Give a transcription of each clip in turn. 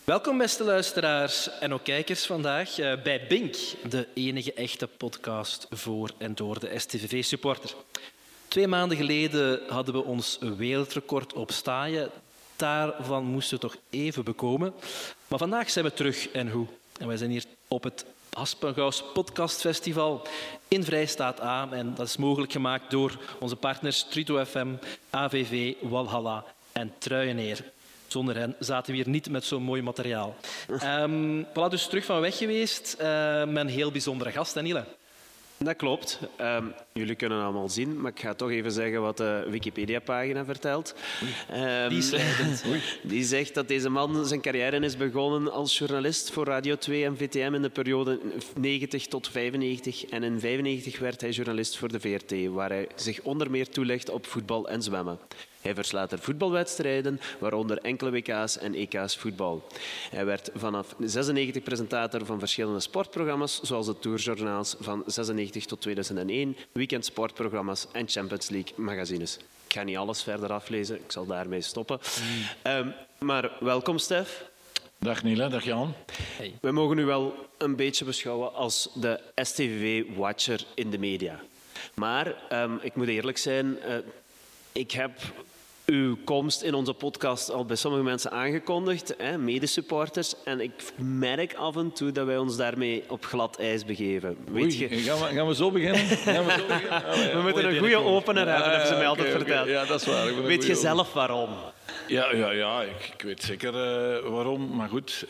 Welkom beste luisteraars en ook kijkers vandaag bij Bink, de enige echte podcast voor en door de STVV-supporter. 2 maanden geleden hadden we ons wereldrecord op staaien. Daarvan moesten we toch even bekomen. Maar vandaag zijn we terug en hoe. En wij zijn hier op het Haspengouws Podcastfestival in Vrijstaat A. En dat is mogelijk gemaakt door onze partners Trito FM, AVV, Walhalla en Truieneer. Zonder hen zaten we hier niet met zo'n mooi materiaal. Voilà, dus terug van weg geweest met een heel bijzondere gast, hè, Niele? Dat klopt. Jullie kunnen het allemaal zien, maar ik ga toch even zeggen wat de Wikipedia-pagina vertelt. Die is leidend. Die zegt dat deze man zijn carrière is begonnen als journalist voor Radio 2 en VTM in de periode 90 tot 95. En in 95 werd hij journalist voor de VRT, waar hij zich onder meer toelegt op voetbal en zwemmen. Hij verslaat er voetbalwedstrijden, waaronder enkele WK's en EK's voetbal. Hij werd vanaf 96 presentator van verschillende sportprogramma's, zoals de Tourjournaals van 96 tot 2001, weekendsportprogramma's en Champions League magazines. Ik ga niet alles verder aflezen, ik zal daarmee stoppen. Maar welkom, Stef. Dag Niele, dag Jan. Hey. We mogen u wel een beetje beschouwen als de STVV-watcher in de media. Maar ik moet eerlijk zijn, ik heb uw komst in onze podcast al bij sommige mensen aangekondigd, medesupporters. En ik merk af en toe dat wij ons daarmee op glad ijs begeven. Weet je? Gaan we zo beginnen? We moeten een goede opener hebben, hebben ze mij altijd verteld. Ja, dat is waar. Weet je zelf waarom? Ja, ik weet zeker waarom. Maar goed,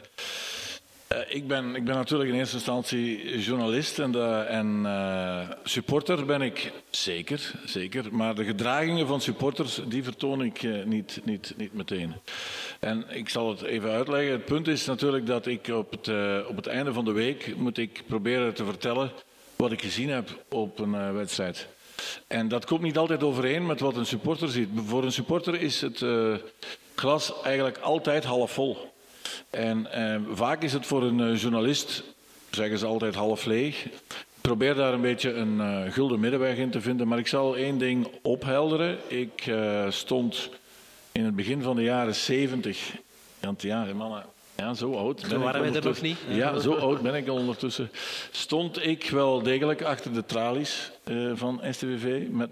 ik ben natuurlijk in eerste instantie journalist en supporter ben ik zeker. Maar de gedragingen van supporters, die vertoon ik niet meteen. En ik zal het even uitleggen. Het punt is natuurlijk dat ik op het einde van de week moet ik proberen te vertellen wat ik gezien heb op een wedstrijd. En dat komt niet altijd overeen met wat een supporter ziet. Voor een supporter is het glas eigenlijk altijd half vol. En vaak is het voor een journalist, zeggen ze altijd, half leeg. Ik probeer daar een beetje een gulden middenweg in te vinden. Maar ik zal één ding ophelderen. Ik stond in het begin van de jaren 70... Ja, mannen... Ja, zo oud ben Zo waren wij er nog niet. Ja, zo oud ben ik al ondertussen. Stond ik wel degelijk achter de tralies van STVV met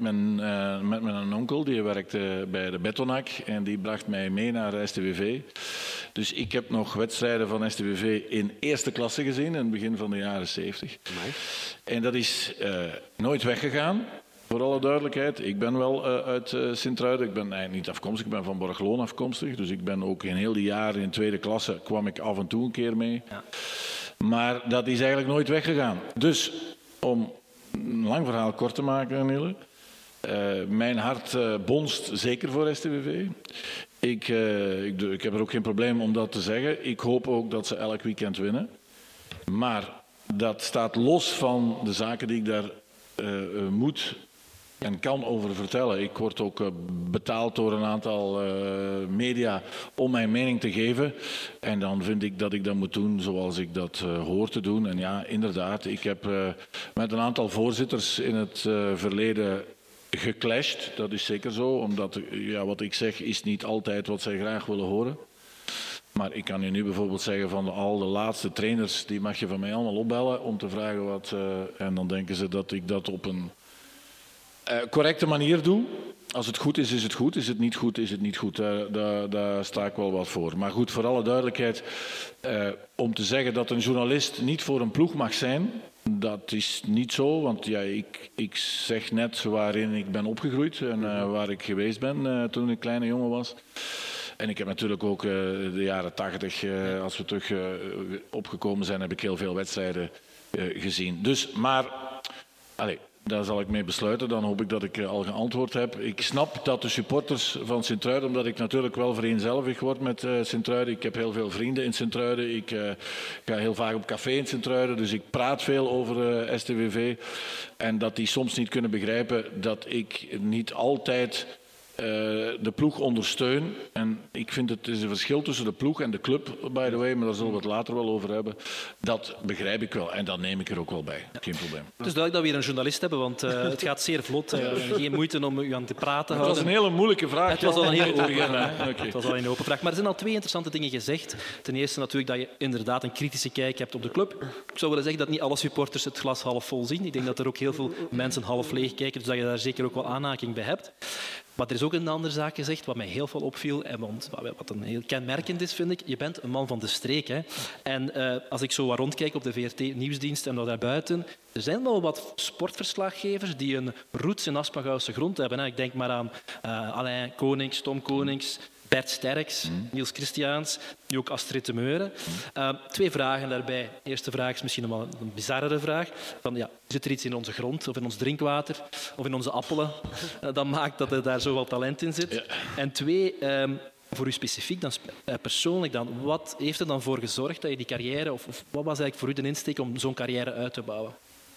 mijn onkel. Die werkte bij de Betonac en die bracht mij mee naar STVV. Dus ik heb nog wedstrijden van STVV in eerste klasse gezien in het begin van de jaren 70. Amai. En dat is nooit weggegaan. Voor alle duidelijkheid, ik ben wel uit Sint-Truiden. Ik ben eigenlijk niet afkomstig, ik ben van Borgloon afkomstig. Dus ik ben ook in heel die jaren in tweede klasse kwam ik af en toe een keer mee. Ja. Maar dat is eigenlijk nooit weggegaan. Dus, om een lang verhaal kort te maken, Niele. Mijn hart bonst zeker voor STVV. Ik heb er ook geen probleem om dat te zeggen. Ik hoop ook dat ze elk weekend winnen. Maar dat staat los van de zaken die ik daar moet en kan over vertellen. Ik word ook betaald door een aantal media om mijn mening te geven. En dan vind ik dat ik dat moet doen zoals ik dat hoor te doen. En ja, inderdaad, ik heb met een aantal voorzitters in het verleden geclashed. Dat is zeker zo, omdat wat ik zeg is niet altijd wat zij graag willen horen. Maar ik kan je nu bijvoorbeeld zeggen van al de laatste trainers, die mag je van mij allemaal opbellen om te vragen wat... en dan denken ze dat ik dat op een correcte manier doe. Als het goed is, is het goed. Is het niet goed, is het niet goed. Daar sta ik wel wat voor. Maar goed, voor alle duidelijkheid, om te zeggen dat een journalist niet voor een ploeg mag zijn, dat is niet zo. Want ja, ik zeg net waarin ik ben opgegroeid en waar ik geweest ben toen ik kleine jongen was. En ik heb natuurlijk ook de jaren 80, als we terug opgekomen zijn, heb ik heel veel wedstrijden gezien. Dus, maar, allez, daar zal ik mee besluiten. Dan hoop ik dat ik al geantwoord heb. Ik snap dat de supporters van Sint-Truiden, omdat ik natuurlijk wel vereenzelvig word met Sint-Truiden. Ik heb heel veel vrienden in Sint-Truiden. Ik ga heel vaak op café in Sint-Truiden. Dus ik praat veel over STVV. En dat die soms niet kunnen begrijpen dat ik niet altijd de ploeg ondersteun. En ik vind het is een verschil tussen de ploeg en de club, by the way, maar daar zullen we het later wel over hebben. Dat begrijp ik wel en dat neem ik er ook wel bij. Geen probleem. Het is duidelijk dat we hier een journalist hebben, want het gaat zeer vlot. Geen moeite om u aan te praten. Het was een hele moeilijke vraag. Het was al een heel open vraag. Het was al een open vraag. Maar er zijn al 2 interessante dingen gezegd. Ten eerste natuurlijk dat je inderdaad een kritische kijk hebt op de club. Ik zou willen zeggen dat niet alle supporters het glas half vol zien. Ik denk dat er ook heel veel mensen half leeg kijken, dus dat je daar zeker ook wel aanhaking bij hebt. Maar er is ook een andere zaak gezegd, wat mij heel veel opviel, en wat een heel kenmerkend is, vind ik. Je bent een man van de streek. Hè. En als ik zo wat rondkijk op de VRT-nieuwsdienst en daarbuiten, er zijn wel wat sportverslaggevers die een roots in Aspengouwse grond hebben. Hè. Ik denk maar aan Alain Konings, Tom Konings, Bert Sterks, Niels Christiaans, nu ook Astrid de Meuren. 2 vragen daarbij. De eerste vraag is misschien een bizarrere vraag. Zit er iets in onze grond of in ons drinkwater of in onze appelen dat maakt dat er daar zoveel talent in zit? Ja. En 2, voor u specifiek, dan, persoonlijk dan, wat heeft er dan voor gezorgd dat je die carrière, of wat was eigenlijk voor u de insteek om zo'n carrière uit te bouwen?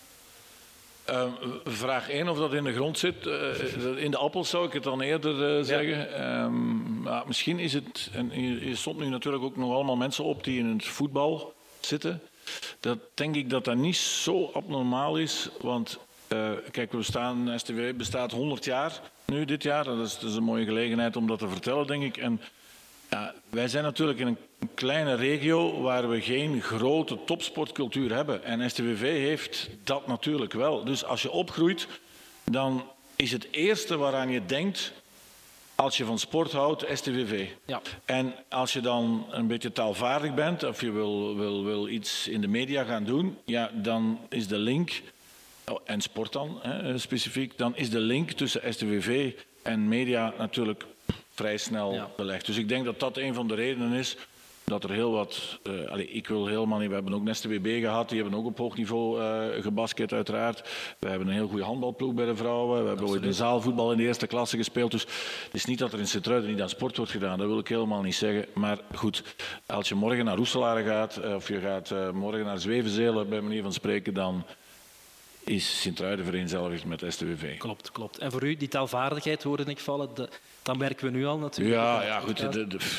Vraag 1 of dat in de grond zit. In de appels zou ik het dan eerder zeggen. Ja. Misschien is het... En je stond nu natuurlijk ook nog allemaal mensen op die in het voetbal zitten. Dat denk ik dat dat niet zo abnormaal is. Want kijk, STVV bestaat 100 jaar nu dit jaar. Dat is een mooie gelegenheid om dat te vertellen, denk ik. En ja, wij zijn natuurlijk in een kleine regio waar we geen grote topsportcultuur hebben. En STVV heeft dat natuurlijk wel. Dus als je opgroeit, dan is het eerste waaraan je denkt als je van sport houdt, STVV. Ja. En als je dan een beetje taalvaardig bent of je wil iets in de media gaan doen, ja, dan is de link, en sport dan specifiek, dan is de link tussen STVV en media natuurlijk vrij snel belegd. Dus ik denk dat dat een van de redenen is dat er heel wat... ik wil helemaal niet... We hebben ook een STVB gehad, die hebben ook op hoog niveau gebasket uiteraard. We hebben een heel goede handbalploeg bij de vrouwen. We hebben ooit een zaalvoetbal in de eerste klasse gespeeld. Dus het is niet dat er in Sint-Truiden niet aan sport wordt gedaan. Dat wil ik helemaal niet zeggen. Maar goed, als je morgen naar Roeselare gaat, of je gaat morgen naar Zwevenzelen, bij manier van spreken, dan is Sint-Truiden vereenzelvigd met STVV. Klopt. En voor u, die taalvaardigheid hoorde ik vallen, dat merken we nu al natuurlijk. Ja, goed.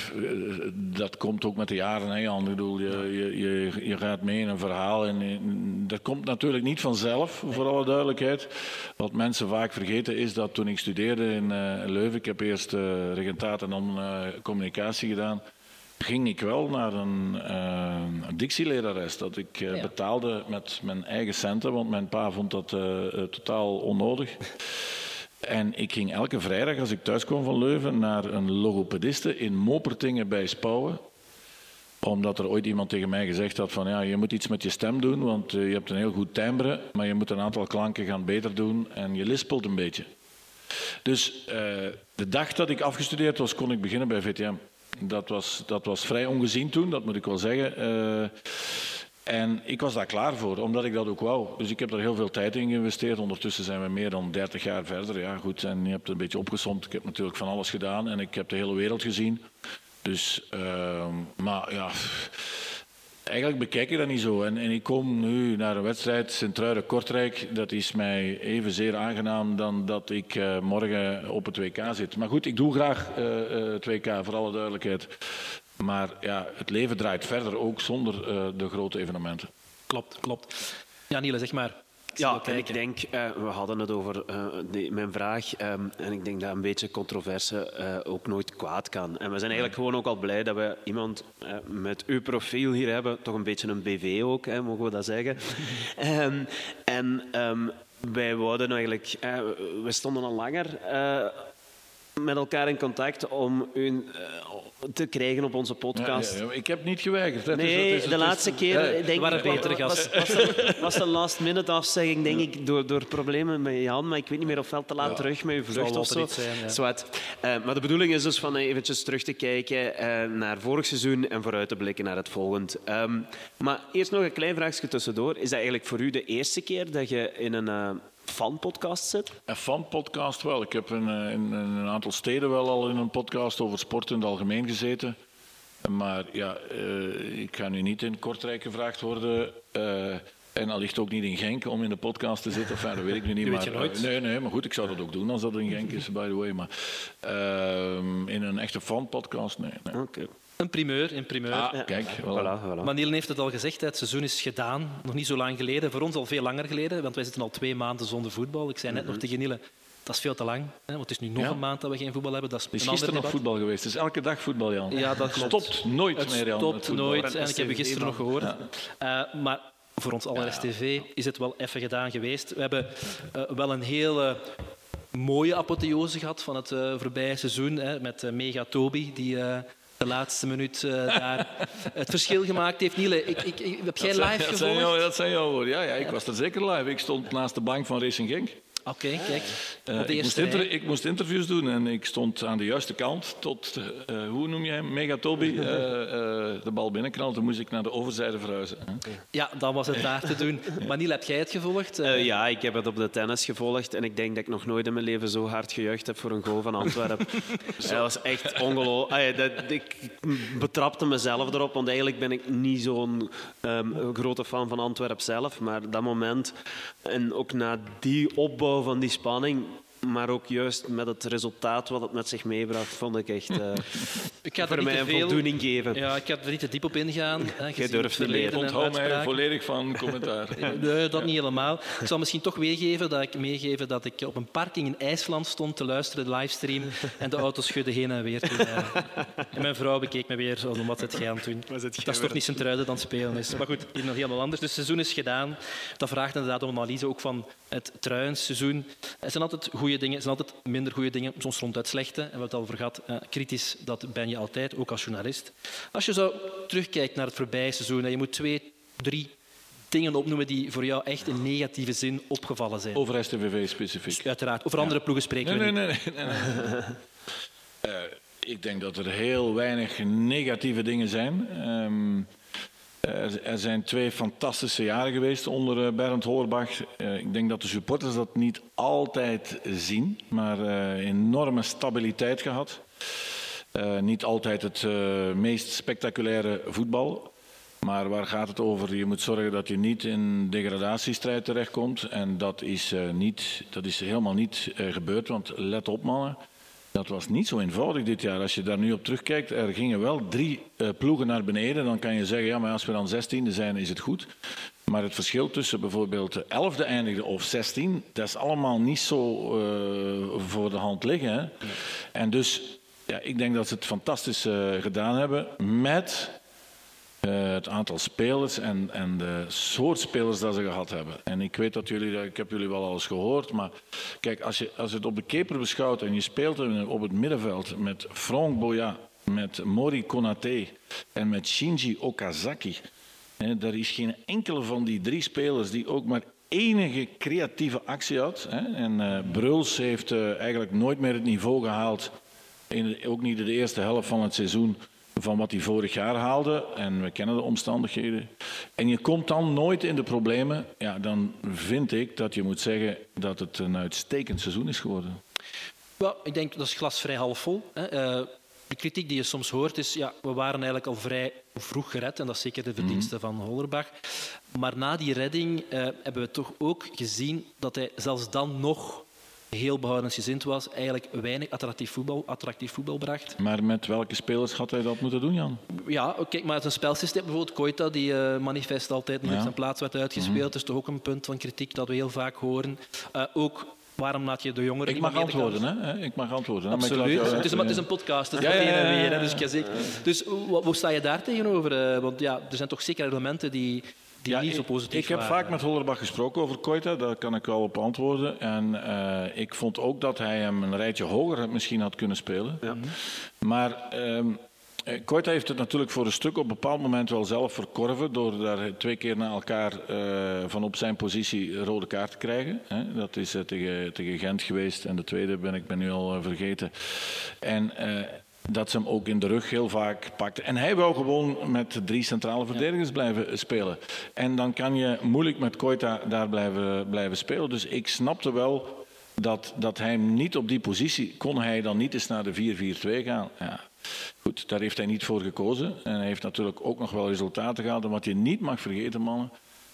Dat komt ook met de jaren, hè, Jan. Ik bedoel, je gaat mee in een verhaal en dat komt natuurlijk niet vanzelf, voor alle duidelijkheid. Wat mensen vaak vergeten is dat toen ik studeerde in Leuven, ik heb eerst regentaat en dan communicatie gedaan, ging ik wel naar een dictielerares dat ik betaalde met mijn eigen centen, want mijn pa vond dat totaal onnodig. En ik ging elke vrijdag, als ik thuis kwam van Leuven, naar een logopediste in Mopertingen bij Spouwen. Omdat er ooit iemand tegen mij gezegd had van, ja, je moet iets met je stem doen, want je hebt een heel goed timbre, maar je moet een aantal klanken gaan beter doen en je lispelt een beetje. Dus de dag dat ik afgestudeerd was, kon ik beginnen bij VTM. Dat was vrij ongezien toen, dat moet ik wel zeggen. En ik was daar klaar voor, omdat ik dat ook wou. Dus ik heb er heel veel tijd in geïnvesteerd. Ondertussen zijn we meer dan 30 jaar verder. Ja, goed, en je hebt het een beetje opgesomd. Ik heb natuurlijk van alles gedaan en ik heb de hele wereld gezien. Dus, maar ja, eigenlijk bekijk ik dat niet zo. En ik kom nu naar een wedstrijd, Sint-Truiden-Kortrijk. Dat is mij evenzeer aangenaam dan dat ik morgen op het WK zit. Maar goed, ik doe graag het WK, voor alle duidelijkheid. Maar ja, het leven draait verder, ook zonder de grote evenementen. Klopt. Ja, Niele, zeg maar. Ja, en ik denk, we hadden het over mijn vraag, en ik denk dat een beetje controverse ook nooit kwaad kan. En we zijn eigenlijk gewoon ook al blij dat we iemand met uw profiel hier hebben, toch een beetje een BV ook, mogen we dat zeggen. Wij wouden eigenlijk, we stonden al langer met elkaar in contact om u te krijgen op onze podcast. Ja, ik heb niet geweigerd. De laatste keer was de last minute afzegging, denk ik, door problemen met Jan, maar ik weet niet meer of wel te laat terug met uw vlucht of zo. Maar de bedoeling is dus van eventjes terug te kijken naar vorig seizoen en vooruit te blikken naar het volgend. Maar eerst nog een klein vraagje tussendoor. Is dat eigenlijk voor u de eerste keer dat je in een fanpodcast zit? Een fanpodcast wel. Ik heb in een aantal steden wel al in een podcast over sport in het algemeen gezeten. Maar ja, ik ga nu niet in Kortrijk gevraagd worden. En dat ligt ook niet in Genk om in de podcast te zitten. Enfin, dat weet ik nu niet. Dat weet je nooit. Nee, maar goed, ik zou dat ook doen als dat in Genk is, by the way. Maar in een echte fan-podcast, nee. Oké. Een primeur. Kijk, Voilà. Maar Nielen heeft het al gezegd, het seizoen is gedaan. Nog niet zo lang geleden. Voor ons al veel langer geleden, want wij zitten al 2 maanden zonder voetbal. Ik zei net nog tegen Nielen, dat is veel te lang. Hè, want het is nu nog een maand dat we geen voetbal hebben. Dat is Het is een ander gisteren nog debat. voetbal geweest. Het is elke dag voetbal, Jan. Ja, dat klopt. Stopt nooit Het meer, Jan. stopt met voetbal. nooit. En ik heb gisteren nog gehoord. Ja. Maar voor ons aller STV is het wel even gedaan geweest. We hebben wel een hele mooie apotheose gehad van het voorbije seizoen. Hè, met Mega Toby, die de laatste minuut daar het verschil gemaakt heeft. Niele, heb jij live gevolgd? Dat zijn jouw woorden. Ja, ik was er zeker live. Ik stond naast de bank van Racing Genk. Oké, kijk. Op de eerste rij. Ik moest interviews doen en ik stond aan de juiste kant tot, hoe noem jij hem, Mega Toby, de bal binnenknalt. Toen moest ik naar de overzijde verhuizen. Ja, dan was het daar te doen. Maar Niel, heb jij het gevolgd? Ja, ik heb het op de tennis gevolgd en ik denk dat ik nog nooit in mijn leven zo hard gejuicht heb voor een goal van Antwerpen. Dat was echt ongelooflijk. Ik betrapte mezelf erop, want eigenlijk ben ik niet zo'n grote fan van Antwerpen zelf. Maar dat moment en ook na die opbouw van die spanning, maar ook juist met het resultaat wat het met zich meebracht, vond ik echt voor mij een voldoening geven. Ja, ik ga er niet te diep op ingaan. Jij durft niet meer. Onthoud mij volledig van commentaar. Nee, dat niet helemaal. Ik zal misschien toch meegeven dat ik op een parking in IJsland stond te luisteren, de livestream, en de auto's schudden heen en weer. En mijn vrouw bekeek me weer zo, wat zit jij aan het doen? Dat is toch niet zijn truiden dan het spelen is. Maar goed, hier nog helemaal anders. Dus het seizoen is gedaan. Dat vraagt inderdaad om een analyse ook van het truienseizoen. Er zijn altijd goede dingen, er zijn altijd minder goede dingen, soms ronduit slechte. En we hebben het al over gehad. Kritisch, dat ben je altijd, ook als journalist. Als je zo terugkijkt naar het voorbije seizoen en je moet 2, 3 dingen opnoemen die voor jou echt in negatieve zin opgevallen zijn. Over STVV specifiek. Uiteraard. Over andere ploegen spreken we niet. Nee. Ik denk dat er heel weinig negatieve dingen zijn. Er zijn 2 fantastische jaren geweest onder Bernd Hollerbach. Ik denk dat de supporters dat niet altijd zien, maar enorme stabiliteit gehad. Niet altijd het meest spectaculaire voetbal. Maar waar gaat het over? Je moet zorgen dat je niet in degradatiestrijd terechtkomt. En dat is helemaal niet gebeurd, want let op mannen. Dat was niet zo eenvoudig dit jaar. Als je daar nu op terugkijkt, er gingen wel 3 ploegen naar beneden. Dan kan je zeggen, ja, maar als we dan 16e zijn, is het goed. Maar het verschil tussen bijvoorbeeld de 11e eindigde of 16, dat is allemaal niet zo voor de hand liggen. Hè? Nee. En dus, ja, ik denk dat ze het fantastisch gedaan hebben met het aantal spelers en de soort spelers dat ze gehad hebben. En ik weet dat ik heb jullie wel al eens gehoord, maar kijk, als je het op de keeper beschouwt en je speelt op het middenveld met Franck Boya, met Mori Konaté en met Shinji Okazaki, er is geen enkele van die 3 spelers die ook maar enige creatieve actie had. En Bruls heeft eigenlijk nooit meer het niveau gehaald, ook niet de eerste helft van het seizoen, van wat hij vorig jaar haalde. En we kennen de omstandigheden. En je komt dan nooit in de problemen. Ja, dan vind ik dat je moet zeggen dat het een uitstekend seizoen is geworden. Well, ik denk dat is glas vrij half vol. De kritiek die je soms hoort is, ja, we waren eigenlijk al vrij vroeg gered. En dat is zeker de verdienste van Hollerbach. Maar na die redding hebben we toch ook gezien dat hij zelfs dan nog heel behoudensgezind was, eigenlijk weinig attractief voetbal bracht. Maar met welke spelers had hij dat moeten doen, Jan? Ja, kijk, maar het is een spelsysteem. Bijvoorbeeld Koita, die manifest altijd niet op zijn plaats werd uitgespeeld. Dat is toch ook een punt van kritiek dat we heel vaak horen. Ook, waarom laat je de jongeren niet meer Ik mag antwoorden. Absoluut. Het is een podcast, dus dat heen en weer. Hè, dus hoe sta je daar tegenover? Want ja, er zijn toch zeker elementen die niet zo positief waren. Ik heb vaak met Hollerbach gesproken over Koita, daar kan ik wel op antwoorden. En ik vond ook dat hij hem een rijtje hoger misschien had kunnen spelen. Ja. Maar Koita heeft het natuurlijk voor een stuk op een bepaald moment wel zelf verkorven door daar 2 keer na elkaar van op zijn positie rode kaart te krijgen. Dat is tegen Gent geweest en de tweede ben nu al vergeten. En dat ze hem ook in de rug heel vaak pakte. En hij wou gewoon met 3 centrale verdedigers blijven spelen. En dan kan je moeilijk met Koita daar blijven spelen. Dus ik snapte wel dat hij niet op die positie kon hij dan niet eens naar de 4-4-2 gaan. Ja. Goed, daar heeft hij niet voor gekozen. En hij heeft natuurlijk ook nog wel resultaten gehaald. En wat je niet mag vergeten, mannen,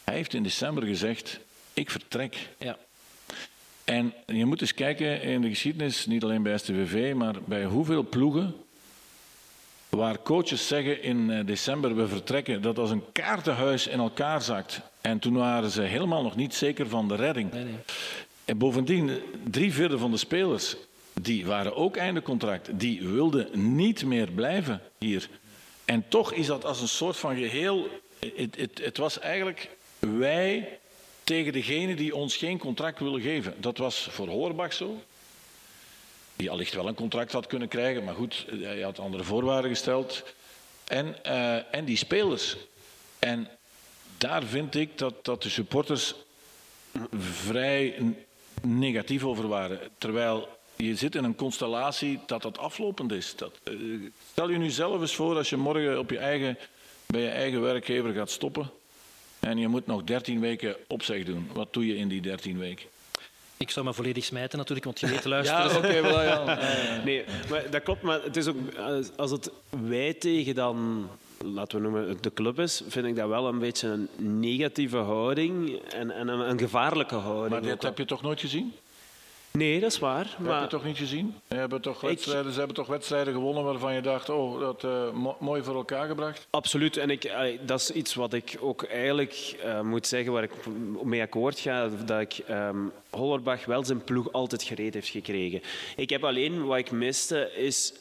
Hij heeft in december gezegd, ik vertrek. Ja. En je moet eens kijken in de geschiedenis, niet alleen bij STVV, maar bij hoeveel ploegen waar coaches zeggen in december we vertrekken, dat als een kaartenhuis in elkaar zakt. En toen waren ze helemaal nog niet zeker van de redding. Nee. En bovendien, 3/4 van de spelers, die waren ook einde contract. Die wilden niet meer blijven hier. En toch is dat als een soort van geheel. Het was eigenlijk wij tegen degene die ons geen contract willen geven. Dat was voor Hollerbach zo. Die allicht wel een contract had kunnen krijgen, maar goed, hij had andere voorwaarden gesteld. En die spelers. En daar vind ik dat de supporters vrij negatief over waren. Terwijl je zit in een constellatie dat aflopend is. Stel je nu zelf eens voor als je morgen bij je eigen werkgever gaat stoppen en je moet nog 13 weken opzeg doen. Wat doe je in die 13 weken? Ik zou me volledig smijten natuurlijk, want je weet te luisteren. Ja, oké, wel ja. Nee, maar dat klopt, maar het is ook, als het wij tegen dan, laten we noemen, de club is, vind ik dat wel een beetje een negatieve houding en een gevaarlijke houding. Maar dat heb je toch nooit gezien? Nee, dat is waar. Dat heb je toch niet gezien? Ze hebben toch wedstrijden gewonnen waarvan je dacht, mooi voor elkaar gebracht? Absoluut. En dat is iets wat ik ook eigenlijk moet zeggen, waar ik mee akkoord ga, dat ik Hollerbach wel zijn ploeg altijd gereed heeft gekregen. Ik heb alleen, wat ik miste, is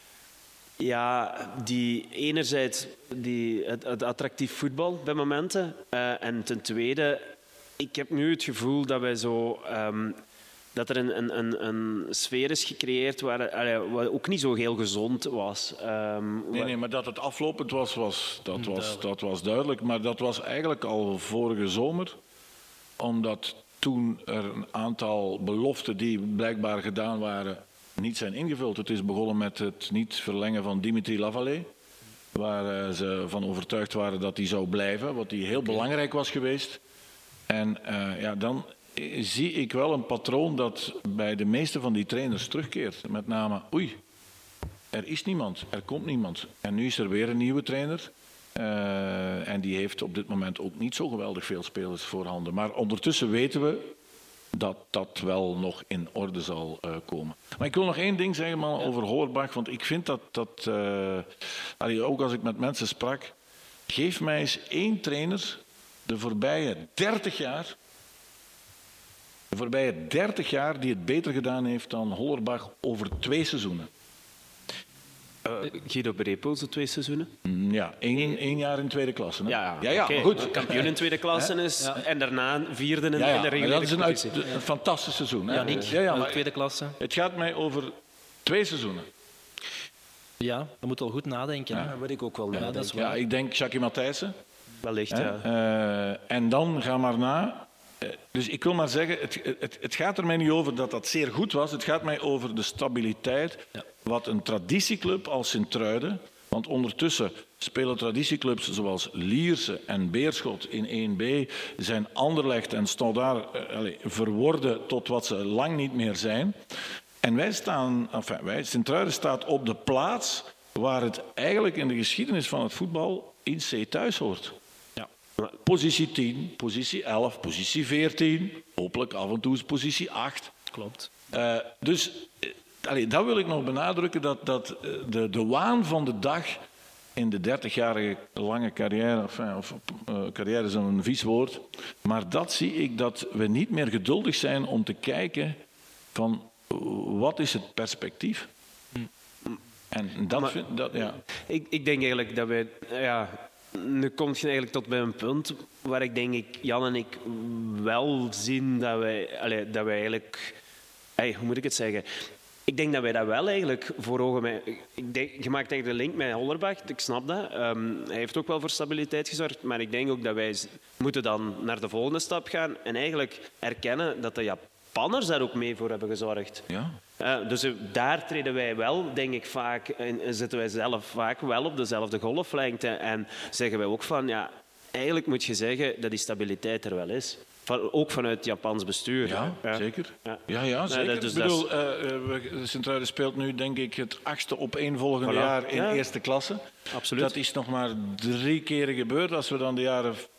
die enerzijds het attractief voetbal bij momenten. En ten tweede, ik heb nu het gevoel dat wij zo... dat er een sfeer is gecreëerd wat ook niet zo heel gezond was. Nee, maar dat het aflopend dat was duidelijk. Maar dat was eigenlijk al vorige zomer. Omdat toen er een aantal beloften die blijkbaar gedaan waren niet zijn ingevuld. Het is begonnen met het niet verlengen van Dimitri Lavallee. Waar ze van overtuigd waren dat hij zou blijven. Wat die heel belangrijk was geweest. En dan... zie ik wel een patroon dat bij de meeste van die trainers terugkeert. Met name, er is niemand, er komt niemand. En nu is er weer een nieuwe trainer. En die heeft op dit moment ook niet zo geweldig veel spelers voorhanden. Maar ondertussen weten we dat dat wel nog in orde zal komen. Maar ik wil nog één ding zeggen over Hollerbach. Want ik vind dat ook als ik met mensen sprak... geef mij eens één trainer de voorbije 30 jaar... de voorbije 30 jaar die het beter gedaan heeft dan Hollerbach over 2 seizoenen. Guido Brepoels, de 2 seizoenen? Ja, één jaar in tweede klasse. Hè? Ja, okay. Maar goed. Kampioen in tweede klasse is en daarna 4e in de reguliere competitie. Dat is een fantastisch seizoen. Maar tweede klasse. Het gaat mij over 2 seizoenen. Ja, dan moet je al goed nadenken. Ja, weet ik ook wel nadenken. Ja, ik denk Jackie Matthijssen. Wellicht, ja. En dan ga maar na... Dus ik wil maar zeggen, het gaat er mij niet over dat dat zeer goed was. Het gaat mij over de stabiliteit. Ja. Wat een traditieclub als Sint-Truiden... Want ondertussen spelen traditieclubs zoals Lierse en Beerschot in 1B... zijn Anderlecht en Stouda verworden tot wat ze lang niet meer zijn. En Sint-Truiden staat op de plaats waar het eigenlijk in de geschiedenis van het voetbal in C thuis hoort. Positie 10, positie 11, positie 14, hopelijk af en toe is positie 8. Klopt. Dus dat wil ik nog benadrukken, dat de waan van de dag in de 30-jarige lange carrière, carrière is een vies woord, maar dat zie ik dat we niet meer geduldig zijn om te kijken van wat is het perspectief. En Ik denk eigenlijk dat wij... Nu kom je eigenlijk tot bij een punt waar ik denk, Jan en ik wel zien dat wij eigenlijk... hoe moet ik het zeggen? Ik denk dat wij dat wel eigenlijk voor ogen... Je maakt eigenlijk de link met Hollerbach, ik snap dat. Hij heeft ook wel voor stabiliteit gezorgd, maar ik denk ook dat wij moeten dan naar de volgende stap gaan en eigenlijk erkennen dat de Japanners daar ook mee voor hebben gezorgd. Ja. Dus daar treden wij wel, denk ik, vaak, en zitten wij zelf vaak wel op dezelfde golflengte. En zeggen wij ook van, eigenlijk moet je zeggen dat die stabiliteit er wel is. Ook vanuit het Japans bestuur. Ja, zeker. Ja, zeker. Dus ik bedoel, Sint-Truiden speelt nu, denk ik, het 8e opeenvolgende jaar in eerste klasse. Absoluut. Dat is nog maar 3 keren gebeurd. Als we dan de jaren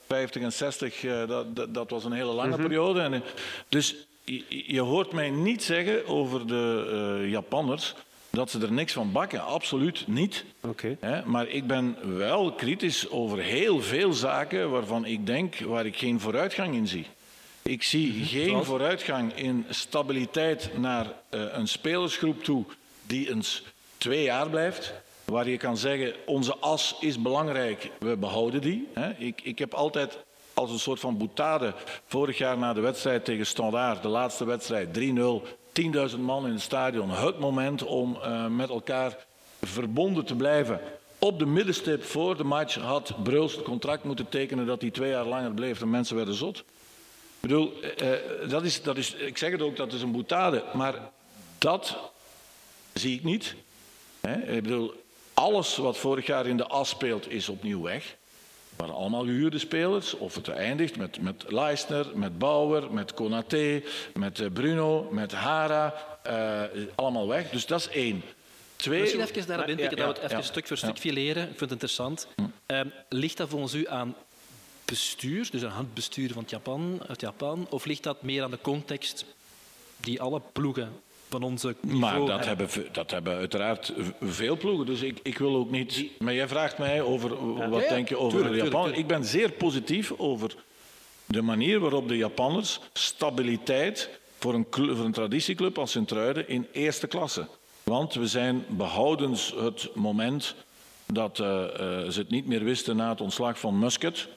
50 en 60, dat was een hele lange periode. En, dus je hoort mij niet zeggen over de Japanners dat ze er niks van bakken. Absoluut niet. Okay. Maar ik ben wel kritisch over heel veel zaken waarvan ik denk waar ik geen vooruitgang in zie. Ik zie geen vooruitgang in stabiliteit naar een spelersgroep toe die eens 2 jaar blijft. Waar je kan zeggen, onze as is belangrijk, we behouden die. Ik heb altijd als een soort van boutade vorig jaar na de wedstrijd tegen Standaard, de laatste wedstrijd, 3-0, 10.000 man in het stadion. Het moment om met elkaar verbonden te blijven. Op de middenstip voor de match had Bruls het contract moeten tekenen dat hij 2 jaar langer bleef en mensen werden zot. Ik bedoel, ik zeg het ook, dat is een boutade, maar dat zie ik niet. Ik bedoel, alles wat vorig jaar in de as speelt is opnieuw weg. Het waren allemaal gehuurde spelers. Of het eindigt met Leisner, met Bauer, met Konaté, met Bruno, met Hara. Allemaal weg. Dus dat is 1. 2... Misschien even daarop inpikken, dat we het even stuk voor stuk fileren. Ik vind het interessant. Ligt dat volgens u aan bestuur, dus aan het bestuur van uit Japan, of ligt dat meer aan de context die alle ploegen van onze niveau maar dat hebben uiteraard veel ploegen. Dus ik wil ook niet... Maar jij vraagt mij over wat denk je over de Japanners. Ik ben zeer positief over de manier waarop de Japanners stabiliteit voor een traditieclub als Sint-Truiden in eerste klasse. Want we zijn behoudens het moment dat ze het niet meer wisten na het ontslag van Muscat.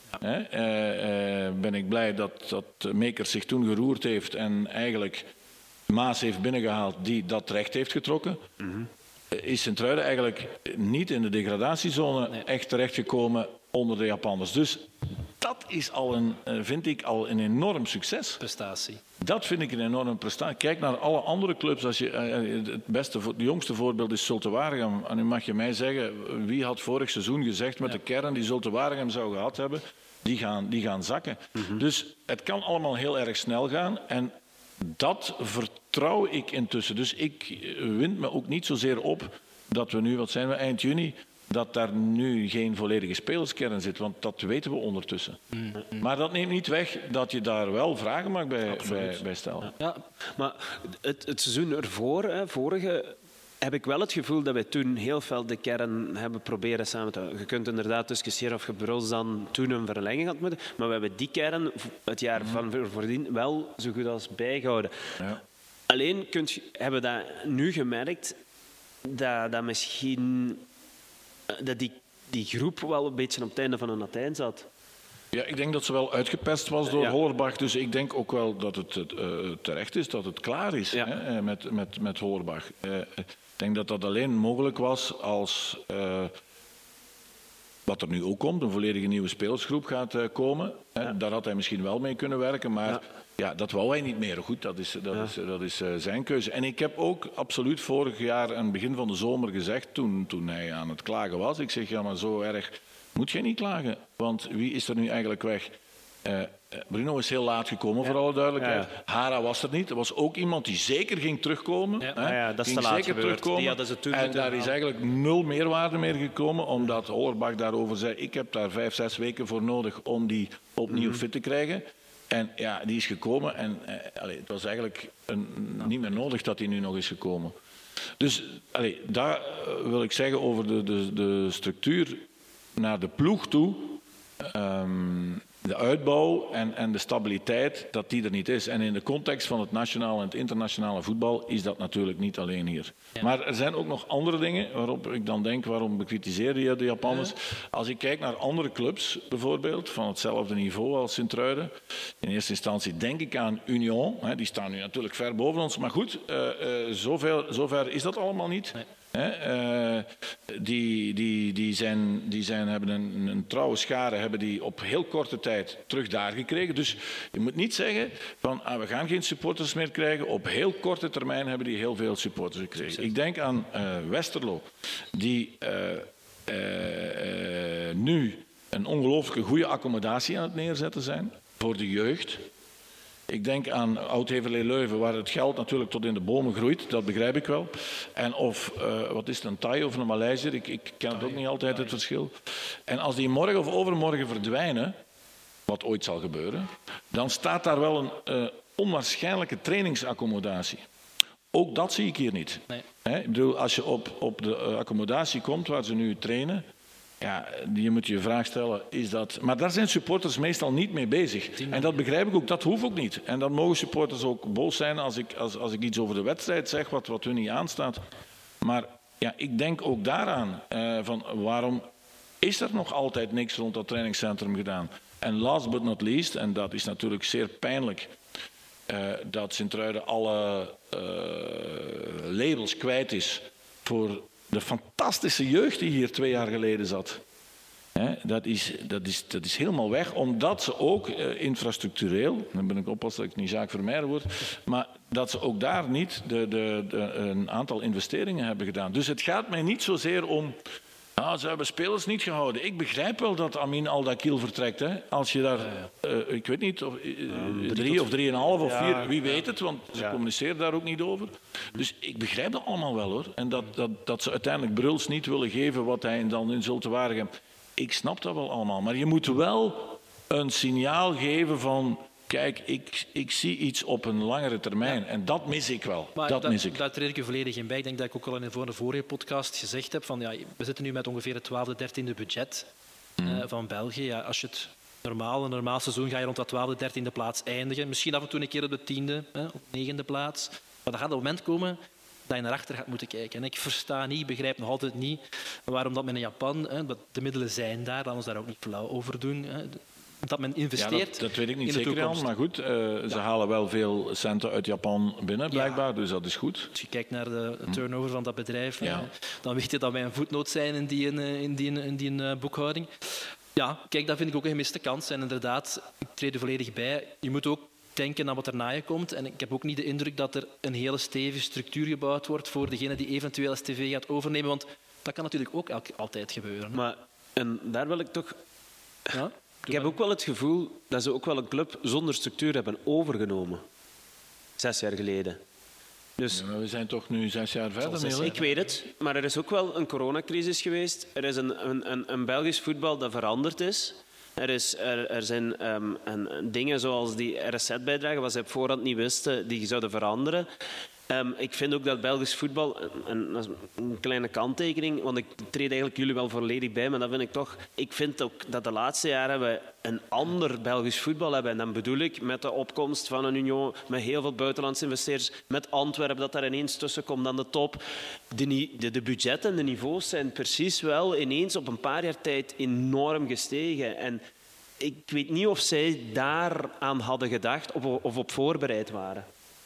Ben ik blij dat Meekers zich toen geroerd heeft en eigenlijk Maas heeft binnengehaald die dat recht heeft getrokken. Is Sint-Truiden eigenlijk niet in de degradatiezone echt terechtgekomen onder de Japanners. Dus dat is vind ik al een enorm succes. Prestatie. Dat vind ik een enorme prestatie. Kijk naar alle andere clubs. Het jongste voorbeeld is Zulte Waregem. En nu mag je mij zeggen, wie had vorig seizoen gezegd met de kern die Zulte Waregem zou gehad hebben, die gaan zakken. Dus het kan allemaal heel erg snel gaan. En dat vertrouw ik intussen. Dus ik wind me ook niet zozeer op dat we nu, eind juni, dat daar nu geen volledige spelerskern zit. Want dat weten we ondertussen. Maar dat neemt niet weg dat je daar wel vragen mag bij stellen. Ja, maar het seizoen ervoor, vorige, heb ik wel het gevoel dat wij toen heel veel de kern hebben proberen samen te houden. Je kunt inderdaad discussiëren of je Bruls dan toen een verlenging had moeten. Maar we hebben die kern het jaar van voordien wel zo goed als bijgehouden. Ja. Alleen hebben we dat nu gemerkt dat misschien dat die groep wel een beetje op het einde van hun Latijn zat. Ja, ik denk dat ze wel uitgepest was door Hollerbach. Dus ik denk ook wel dat het terecht is, dat het klaar is met Hollerbach. Ik denk dat dat alleen mogelijk was als wat er nu ook komt, een volledige nieuwe spelersgroep gaat komen. Daar had hij misschien wel mee kunnen werken, maar dat wou hij niet meer. Goed, dat is zijn keuze. En ik heb ook absoluut vorig jaar aan het begin van de zomer gezegd, toen hij aan het klagen was, ik zeg, ja, maar zo erg moet je niet klagen. Want wie is er nu eigenlijk weg? Bruno is heel laat gekomen, voor alle duidelijkheid. Hara was er niet. Er was ook iemand die zeker ging terugkomen. Dat is te laat gebeurd. En daar is eigenlijk 0 meerwaarde meer gekomen, omdat Hollerbach daarover zei, ik heb daar 5-6 weken voor nodig om die opnieuw fit te krijgen. En ja, die is gekomen en het was eigenlijk niet meer nodig dat hij nu nog is gekomen. Dus daar wil ik zeggen over de structuur naar de ploeg toe. De uitbouw en de stabiliteit, dat die er niet is. En in de context van het nationale en het internationale voetbal is dat natuurlijk niet alleen hier. Ja. Maar er zijn ook nog andere dingen waarop ik dan denk, waarom bekritiseer je de Japanners? Ja. Als ik kijk naar andere clubs bijvoorbeeld, van hetzelfde niveau als Sint-Truiden. In eerste instantie denk ik aan Union. Die staan nu natuurlijk ver boven ons. Maar goed, zover is dat allemaal niet. Nee. Hebben een trouwe schare hebben die op heel korte tijd terug daar gekregen. Dus je moet niet zeggen van we gaan geen supporters meer krijgen. Op heel korte termijn hebben die heel veel supporters gekregen. Ik denk aan Westerlo, die nu een ongelooflijke goede accommodatie aan het neerzetten zijn voor de jeugd. Ik denk aan Oud-Heverlee-Leuven, waar het geld natuurlijk tot in de bomen groeit. Dat begrijp ik wel. En of, wat is het, een Thai of een Maleiser? Ik ken het ook niet altijd, het verschil. En als die morgen of overmorgen verdwijnen, wat ooit zal gebeuren, dan staat daar wel een onwaarschijnlijke trainingsaccommodatie. Ook dat zie ik hier niet. Nee. Ik bedoel, als je op de accommodatie komt waar ze nu trainen, ja, je moet je vraag stellen, is dat... Maar daar zijn supporters meestal niet mee bezig. En dat begrijp ik ook, dat hoeft ook niet. En dan mogen supporters ook boos zijn als ik iets over de wedstrijd zeg wat hun niet aanstaat. Maar ja, ik denk ook daaraan, van waarom is er nog altijd niks rond dat trainingscentrum gedaan? En last but not least, en dat is natuurlijk zeer pijnlijk, dat Sint-Truiden alle labels kwijt is voor de fantastische jeugd die hier 2 jaar geleden zat. Dat is helemaal weg, omdat ze ook infrastructureel, dan ben ik oppassen dat ik niet Jacques Vermeijden word, maar dat ze ook daar niet een aantal investeringen hebben gedaan. Dus het gaat mij niet zozeer om... ze hebben spelers niet gehouden. Ik begrijp wel dat Amin Al-Dakil vertrekt. Hè. Als je daar, ik weet niet, 3 of 3,5 of 4, wie weet het, want ze communiceren daar ook niet over. Dus ik begrijp dat allemaal wel, hoor. En dat ze uiteindelijk Bruls niet willen geven wat hij dan in Zulte Waregem. Ik snap dat wel allemaal. Maar je moet wel een signaal geven van... Kijk, ik zie iets op een langere termijn. Ja. En dat mis ik wel. Daar treed ik u volledig in bij. Ik denk dat ik ook al in de vorige podcast gezegd heb van we zitten nu met ongeveer het 12e, 13e budget van België. Ja, als je het een normaal seizoen ga je rond dat 12e, 13e plaats eindigen. Misschien af en toe een keer op de 10e, op 9e plaats. Maar dan gaat een moment komen dat je naar achter gaat moeten kijken. En ik versta niet, begrijp nog altijd niet waarom dat men in Japan, de middelen zijn daar, laten we daar ook niet flauw over doen. Dat men investeert. Dat weet ik niet zeker, Jan, maar goed, ze halen wel veel centen uit Japan binnen, blijkbaar, dus dat is goed. Als je kijkt naar de turnover van dat bedrijf, dan weet je dat wij een voetnoot zijn in die boekhouding. Ja, kijk, dat vind ik ook een gemiste kans. En inderdaad, ik treed er volledig bij. Je moet ook denken aan wat er na je komt. En ik heb ook niet de indruk dat er een hele stevige structuur gebouwd wordt voor degene die eventueel STV gaat overnemen, want dat kan natuurlijk ook altijd gebeuren. Maar en daar wil ik toch... Ja? Ik heb ook wel het gevoel dat ze ook wel een club zonder structuur hebben overgenomen. 6 jaar geleden. Dus, maar we zijn toch nu 6 jaar verder? Ik weet het, maar er is ook wel een coronacrisis geweest. Er is een Belgisch voetbal dat veranderd is. Er zijn dingen zoals die RSZ-bijdrage, wat ze op voorhand niet wisten, die zouden veranderen. Ik vind ook dat Belgisch voetbal, een kleine kanttekening, want ik treed eigenlijk jullie wel volledig bij, maar dat vind ik toch... Ik vind ook dat de laatste jaren we een ander Belgisch voetbal hebben. En dan bedoel ik met de opkomst van een Union, met heel veel buitenlandse investeerders, met Antwerpen, dat daar ineens tussen komt aan de top. De budgetten en de niveaus zijn precies wel ineens op een paar jaar tijd enorm gestegen. En ik weet niet of zij daaraan hadden gedacht of op voorbereid waren.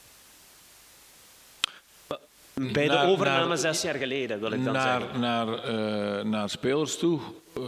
Bij de overname 6 jaar geleden, wil ik dan zeggen. Naar spelers toe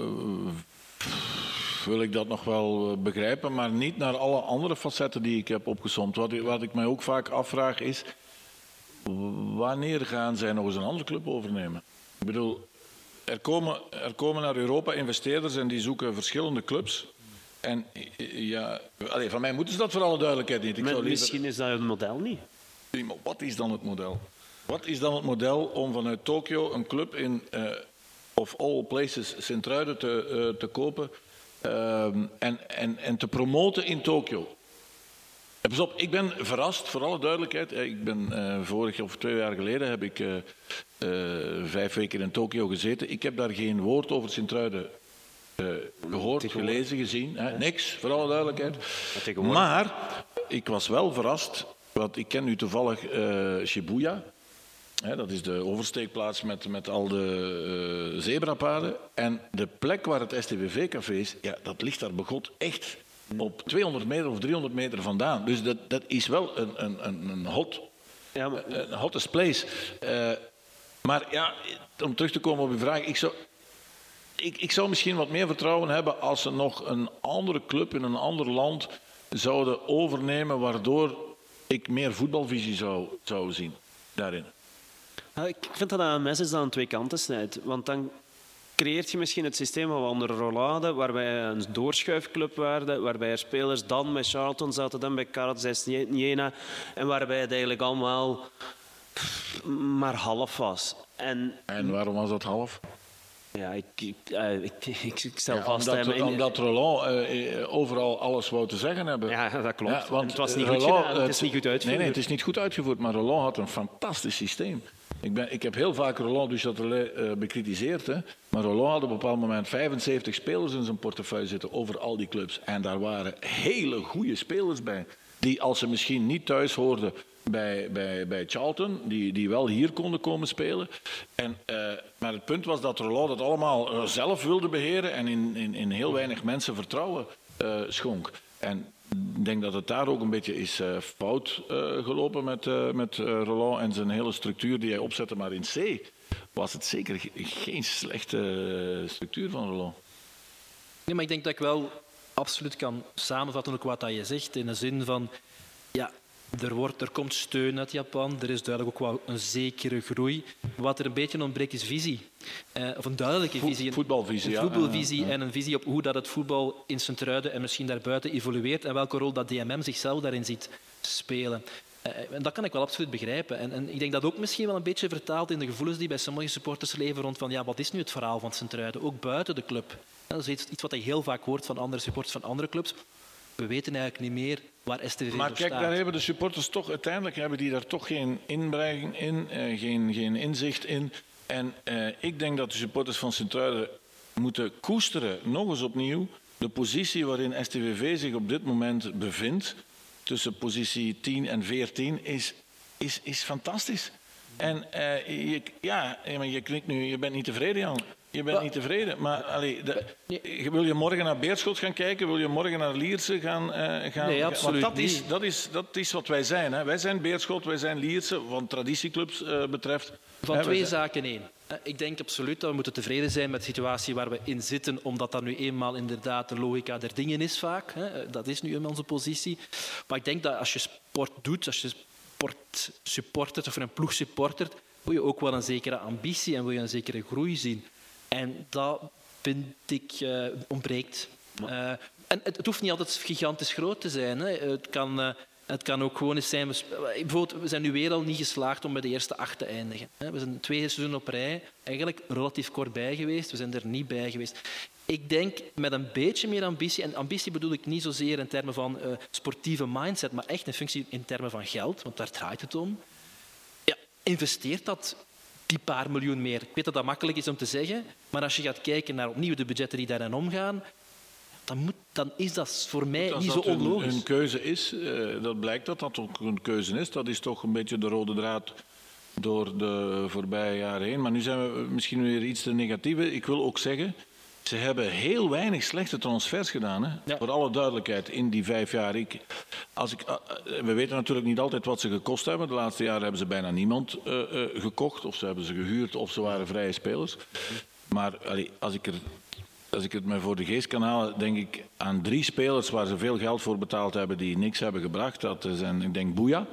wil ik dat nog wel begrijpen, maar niet naar alle andere facetten die ik heb opgesomd. Wat ik mij ook vaak afvraag is, wanneer gaan zij nog eens een andere club overnemen? Ik bedoel, er komen naar Europa investeerders en die zoeken verschillende clubs. En ja, van mij moeten ze dat voor alle duidelijkheid niet. Misschien is dat het model niet. Maar wat is dan het model? Wat is dan het model om vanuit Tokio een club in, of all places, Sint-Truiden te kopen en te promoten in Tokio? Pas op, ik ben verrast, voor alle duidelijkheid. Ik ben vorig of 2 jaar geleden heb ik 5 weken in Tokio gezeten. Ik heb daar geen woord over Sint-Truiden gehoord, gelezen, gezien. Niks, voor alle duidelijkheid. Maar ik was wel verrast, want ik ken nu toevallig Shibuya. Dat is de oversteekplaats met al de zebrapaden. En de plek waar het STVV-café is, ja, dat ligt daar begot echt op 200 meter of 300 meter vandaan. Dus dat is wel een hottest place. Maar ja, om terug te komen op uw vraag. Ik zou misschien wat meer vertrouwen hebben als ze nog een andere club in een ander land zouden overnemen, waardoor ik meer voetbalvisie zou zien daarin. Ik vind dat een mes is dat aan 2 kanten snijdt. Want dan creëert je misschien het systeem waar we onder Rolade, waar wij een doorschuifclub waren, waarbij er spelers dan bij Charlton zaten, dan bij Carles Jena, en waarbij het eigenlijk allemaal maar half was. En waarom was dat half? Ja, ik stel vast... Omdat Roland overal alles wou te zeggen hebben. Ja, dat klopt. Ja, want het was niet Roland, goed gedaan, het is niet goed uitgevoerd. Nee, het is niet goed uitgevoerd, maar Roland had een fantastisch systeem. Ik heb heel vaak Roland du Châtelet bekritiseerd, hè. Maar Roland had op een bepaald moment 75 spelers in zijn portefeuille zitten over al die clubs. En daar waren hele goede spelers bij, die als ze misschien niet thuis hoorden bij Charlton, die wel hier konden komen spelen. Maar het punt was dat Roland het allemaal zelf wilde beheren en in heel weinig mensen vertrouwen schonk. En ik denk dat het daar ook een beetje is fout gelopen met Roland en zijn hele structuur die hij opzette. Maar in C was het zeker geen slechte structuur van Roland. Nee, maar ik denk dat ik wel absoluut kan samenvatten ook wat dat je zegt. In de zin van, ja, er komt steun uit Japan. Er is duidelijk ook wel een zekere groei. Wat er een beetje ontbreekt is visie. Of een duidelijke visie. Een voetbalvisie, een voetbalvisie en een visie op hoe dat het voetbal in Sint-Truiden en misschien daarbuiten evolueert en welke rol dat DMM zichzelf daarin ziet spelen. En dat kan ik wel absoluut begrijpen. En ik denk dat ook misschien wel een beetje vertaalt in de gevoelens die bij sommige supporters leven rond van ja, wat is nu het verhaal van Sint-Truiden, ook buiten de club. Dat is iets wat je heel vaak hoort van andere supporters van andere clubs. We weten eigenlijk niet meer waar STVV maar voor kijk, staat. daar hebben de supporters toch uiteindelijk daar toch geen inbreng in, geen inzicht in. En ik denk dat de supporters van Sint-Truiden moeten koesteren, nog eens opnieuw, de positie waarin STVV zich op dit moment bevindt, tussen positie 10 en 14, is fantastisch. En je klinkt nu, je bent niet tevreden, Jan. Je bent niet tevreden, maar wil je morgen naar Beerschot gaan kijken? Wil je morgen naar Lierse gaan? Nee, absoluut want niet. Dat is wat wij zijn. Hè. Wij zijn Beerschot, wij zijn Lierse, wat traditieclubs betreft. Van twee zaken één. Ik denk absoluut dat we moeten tevreden zijn met de situatie waar we in zitten, omdat dat nu eenmaal inderdaad de logica der dingen is vaak. Dat is nu in onze positie. Maar ik denk dat als je sport doet, als je sport supportert of een ploeg supportert, wil je ook wel een zekere ambitie en wil je een zekere groei zien. En dat, vind ik, ontbreekt. En het hoeft niet altijd gigantisch groot te zijn. Hè. Het kan ook gewoon eens zijn... Bijvoorbeeld, we zijn nu weer al niet geslaagd om bij de eerste 8 te eindigen. We zijn 2 seizoenen op rij eigenlijk relatief kort bij geweest. We zijn er niet bij geweest. Ik denk met een beetje meer ambitie, en ambitie bedoel ik niet zozeer in termen van sportieve mindset, maar echt in functie in termen van geld, want daar draait het om. Ja, investeert dat die paar miljoen meer. Ik weet dat dat makkelijk is om te zeggen, maar als je gaat kijken naar opnieuw de budgetten die daarin omgaan, dan is dat voor mij niet zo onlogisch. Als dat een keuze is, dat blijkt dat ook een keuze is. Dat is toch een beetje de rode draad door de voorbije jaren heen. Maar nu zijn we misschien weer iets te negatief. Ik wil ook zeggen, ze hebben heel weinig slechte transfers gedaan. Hè? Ja. Voor alle duidelijkheid, in die 5 jaar. We weten natuurlijk niet altijd wat ze gekost hebben. De laatste jaren hebben ze bijna niemand gekocht. Of ze hebben ze gehuurd, of ze waren vrije spelers. Maar als ik het me voor de geest kan halen, denk ik aan 3 spelers waar ze veel geld voor betaald hebben die niks hebben gebracht. Dat zijn, ik denk, Bouya.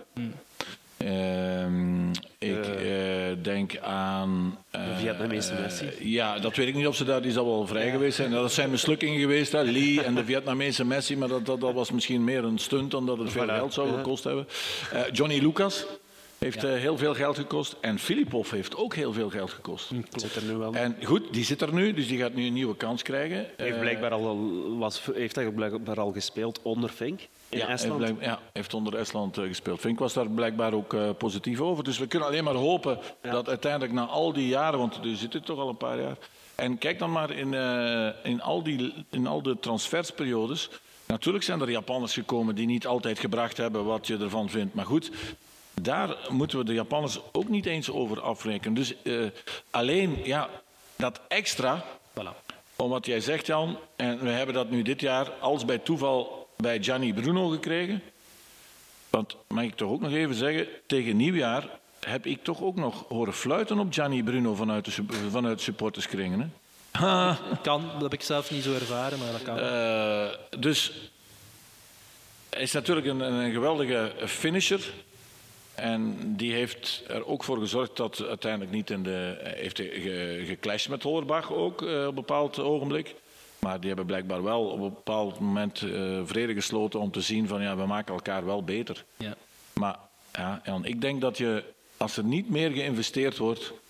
Ik denk aan... de Vietnamese Messi. Ja, dat weet ik niet of ze daar... Die zal wel vrij geweest zijn. Dat zijn mislukkingen geweest, hè. Lee en de Vietnamese Messi. Maar dat was misschien meer een stunt dan dat het veel geld zou gekost hebben. Johnny Lucas heeft heel veel geld gekost. En Filipov heeft ook heel veel geld gekost. Zit er nu wel. En goed, die zit er nu, dus die gaat nu een nieuwe kans krijgen. Heeft blijkbaar al gespeeld onder Fink in Estland. Heeft onder Estland gespeeld. Fink was daar blijkbaar ook positief over. Dus we kunnen alleen maar hopen dat uiteindelijk na al die jaren, want er zit toch al een paar jaar. En kijk dan maar in al de transfersperiodes. Natuurlijk zijn er Japanners gekomen die niet altijd gebracht hebben wat je ervan vindt. Maar goed, daar moeten we de Japanners ook niet eens over afrekenen. Dus alleen dat extra, om wat jij zegt, Jan, en we hebben dat nu dit jaar als bij toeval bij Gianni Bruno gekregen. Want mag ik toch ook nog even zeggen, tegen nieuwjaar heb ik toch ook nog horen fluiten op Gianni Bruno vanuit de supporterskringen. Kan, dat heb ik zelf niet zo ervaren, maar dat kan. Dus hij is natuurlijk een geweldige finisher. En die heeft er ook voor gezorgd dat uiteindelijk niet heeft geclashed met Hollerbach ook op een bepaald ogenblik. Maar die hebben blijkbaar wel op een bepaald moment vrede gesloten om te zien van we maken elkaar wel beter. Ja. Maar Jan, ik denk dat als er niet meer geïnvesteerd wordt,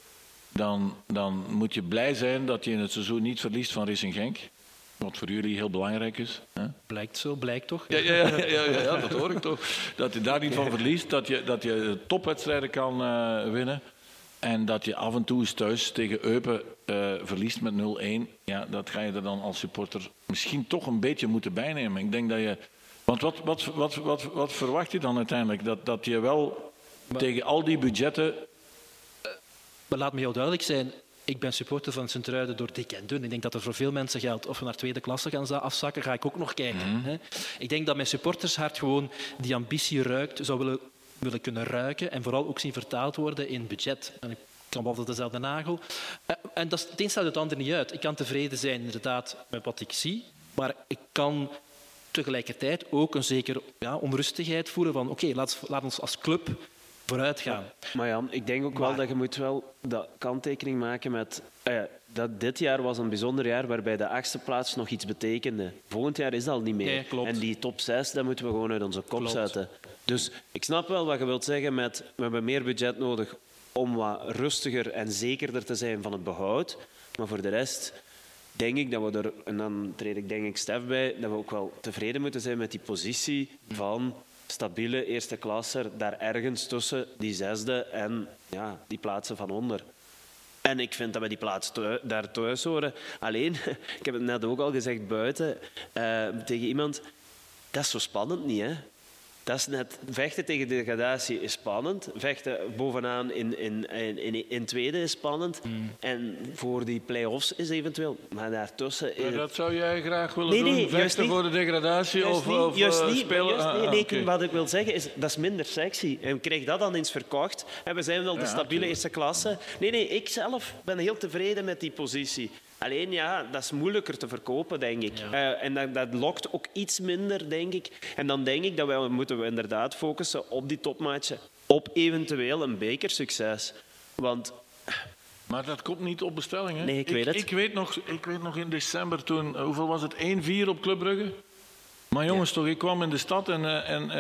dan moet je blij zijn dat je in het seizoen niet verliest van Racing Genk. Wat voor jullie heel belangrijk is. Hè? Blijkt toch? Ja, dat hoor ik toch. Dat je daar niet van verliest, dat je topwedstrijden kan winnen. En dat je af en toe eens thuis tegen Eupen verliest met 0-1. Ja, dat ga je er dan als supporter misschien toch een beetje moeten bijnemen. Ik denk dat je... Want wat verwacht je dan uiteindelijk? Dat je wel tegen al die budgetten... Maar laat me heel duidelijk zijn. Ik ben supporter van Sint-Truiden door dik en dun. Ik denk dat er voor veel mensen geldt. Of we naar tweede klasse gaan afzakken, ga ik ook nog kijken. Hè? Ik denk dat mijn supportershart gewoon die ambitie ruikt, zou willen kunnen ruiken en vooral ook zien vertaald worden in budget. En ik kan wel dezelfde nagel. En het een staat het ander niet uit. Ik kan tevreden zijn inderdaad met wat ik zie, maar ik kan tegelijkertijd ook een zekere onrustigheid voelen van oké, laat ons als club vooruit gaan. Maar Jan, ik denk ook wel dat je moet wel de kanttekening maken met... dat dit jaar was een bijzonder jaar waarbij de 8e plaats nog iets betekende. Volgend jaar is dat al niet meer. Nee, klopt. En die top 6, dat moeten we gewoon uit onze kop zetten. Dus ik snap wel wat je wilt zeggen met we hebben meer budget nodig om wat rustiger en zekerder te zijn van het behoud. Maar voor de rest denk ik dat we er, en dan treed ik denk ik Stef bij, dat we ook wel tevreden moeten zijn met die positie van stabiele eerste klasser, daar ergens tussen die 6e en die plaatsen van onder. En ik vind dat we die plaats daar thuis horen. Alleen, ik heb het net ook al gezegd buiten, tegen iemand, dat is zo spannend niet, hè? Dat is net, vechten tegen degradatie is spannend. Vechten bovenaan in tweede is spannend. En voor die play-offs is eventueel. Maar daartussen... Maar dat zou jij graag willen doen? Vechten voor de degradatie? Juist niet. Okay. Wat ik wil zeggen is, dat is minder sexy. En krijg dat dan eens verkocht. En we zijn wel de stabiele eerste klasse. Nee, ik zelf ben heel tevreden met die positie. Alleen dat is moeilijker te verkopen, denk ik. Ja. En dat lokt ook iets minder, denk ik. En dan denk ik dat we moeten inderdaad focussen op die topmatchen. Op eventueel een bekersucces. Want... Maar dat komt niet op bestelling, hè? Nee, ik weet het. Ik weet nog in december toen... Hoeveel was het? 1-4 op Club Brugge? Maar jongens, toch, ik kwam in de stad en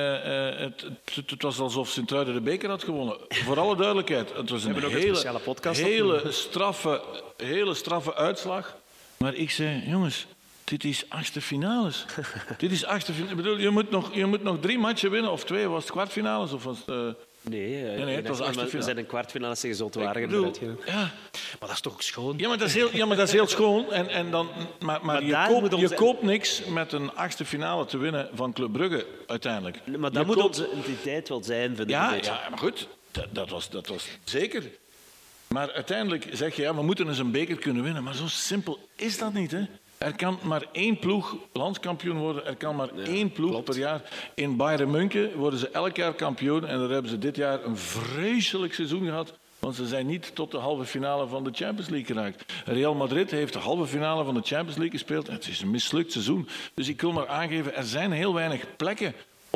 het was alsof Sint-Truiden de beker had gewonnen. Voor alle duidelijkheid. Het was hele straffe uitslag. Maar ik zei, jongens, dit is 8e finales. Dit is 8e finales. Ik bedoel, je moet nog 3 matchen winnen. Of 2, was het kwartfinales? Of was het, Nee, het was 8e finale. We zijn een kwartfinale tegen Zoltwaardigen eruit. Ja. Maar dat is toch ook schoon? Ja, maar dat is heel schoon. Maar je koopt niks met een 8e finale te winnen van Club Brugge uiteindelijk. Maar dat moet onze identiteit wel zijn, vind ik. Ja, maar goed. Dat was zeker. Maar uiteindelijk zeg je, we moeten eens een beker kunnen winnen. Maar zo simpel is dat niet, hè? Er kan maar 1 ploeg landskampioen worden. Er kan maar 1 ploeg per jaar. In Bayern München worden ze elk jaar kampioen. En daar hebben ze dit jaar een vreselijk seizoen gehad. Want ze zijn niet tot de halve finale van de Champions League geraakt. Real Madrid heeft de halve finale van de Champions League gespeeld. Het is een mislukt seizoen. Dus ik wil maar aangeven, er zijn heel weinig plekken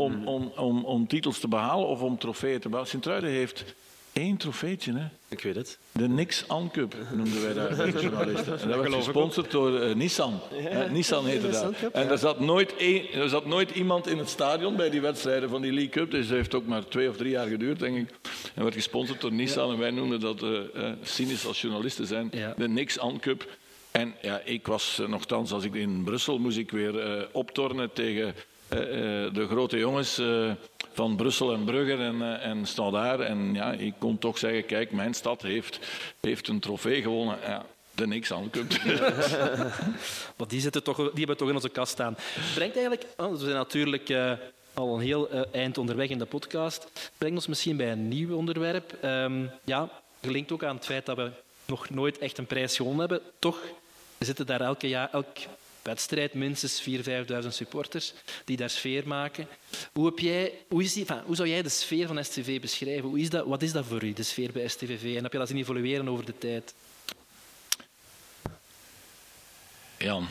om titels te behalen of om trofeeën te behalen. Sint-Truiden heeft 1 trofeetje, hè? Ik weet het. De Nix-An Cup noemden wij daar de journalisten. En dat werd gesponsord door Nissan. Nissan heette dat. En er zat nooit iemand in het stadion bij die wedstrijden van die League Cup. Dus dat heeft ook maar 2 of 3 jaar geduurd, denk ik. En werd gesponsord door Nissan. En wij noemden dat, cynisch als journalisten zijn, de Nix-An Cup. En ik was nogthans, als ik in Brussel moest ik weer optornen tegen de grote jongens... van Brussel en Brugge en Standaard. En ik kon toch zeggen, kijk, mijn stad heeft een trofee gewonnen. Ja, de Nix-An Cup. Maar die hebben we toch in onze kast staan. Brengt eigenlijk, we zijn natuurlijk al een heel eind onderweg in de podcast. Brengt ons misschien bij een nieuw onderwerp. Gelinkt ook aan het feit dat we nog nooit echt een prijs gewonnen hebben. Toch zitten daar elk wedstrijd minstens 4.000-5.000 supporters die daar sfeer maken. Hoe zou jij de sfeer van STVV beschrijven? Wat is dat voor u, de sfeer bij STVV? En heb je dat zien evolueren over de tijd? Jan.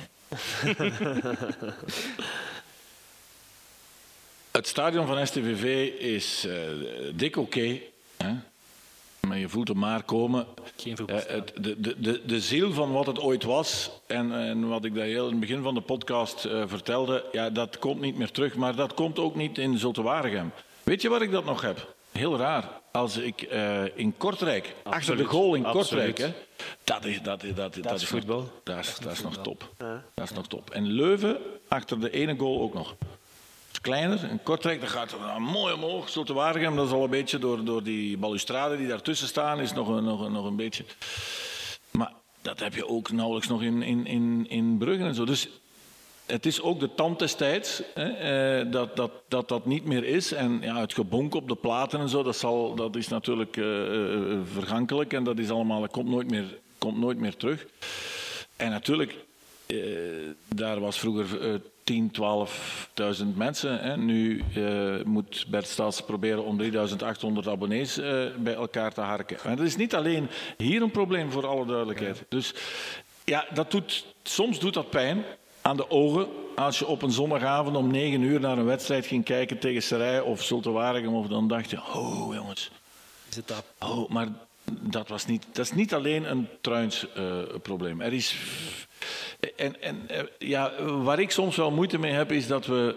Het stadion van STVV is dik oké. Maar je voelt hem maar komen. De ziel van wat het ooit was en wat ik daar heel in het begin van de podcast vertelde, dat komt niet meer terug. Maar dat komt ook niet in Zulte Waregem. Weet je waar ik dat nog heb? heel raar. Als ik in Kortrijk, achter de goal in Kortrijk, hè, dat is voetbal. Dat is nog top. Ja. Dat is nog top. En Leuven, achter de ene goal ook nog. Dat is kleiner. In Kortrijk, dat gaat mooi omhoog. Zulte-Waregem, dat is al een beetje door die balustrade die daartussen staan, is nog een beetje. Maar dat heb je ook nauwelijks nog in Brugge en zo. Dus het is ook de tand des tijds dat niet meer is. En ja, het gebonk op de platen en zo, dat is natuurlijk vergankelijk. En dat is allemaal, dat komt nooit meer terug. En natuurlijk, daar was vroeger 10.000, 12.000 mensen. Hè. Nu moet Bert Staes proberen om 3.800 abonnees bij elkaar te harken. En dat is niet alleen hier een probleem, voor alle duidelijkheid. Ja. Dus ja, soms doet dat pijn aan de ogen. Als je op een zondagavond om 9 uur naar een wedstrijd ging kijken tegen Serij of Zulte-Waregem, of dan dacht je, oh jongens. Is het dat? Oh, maar dat is niet alleen een Truins probleem. Er is... waar ik soms wel moeite mee heb, is dat we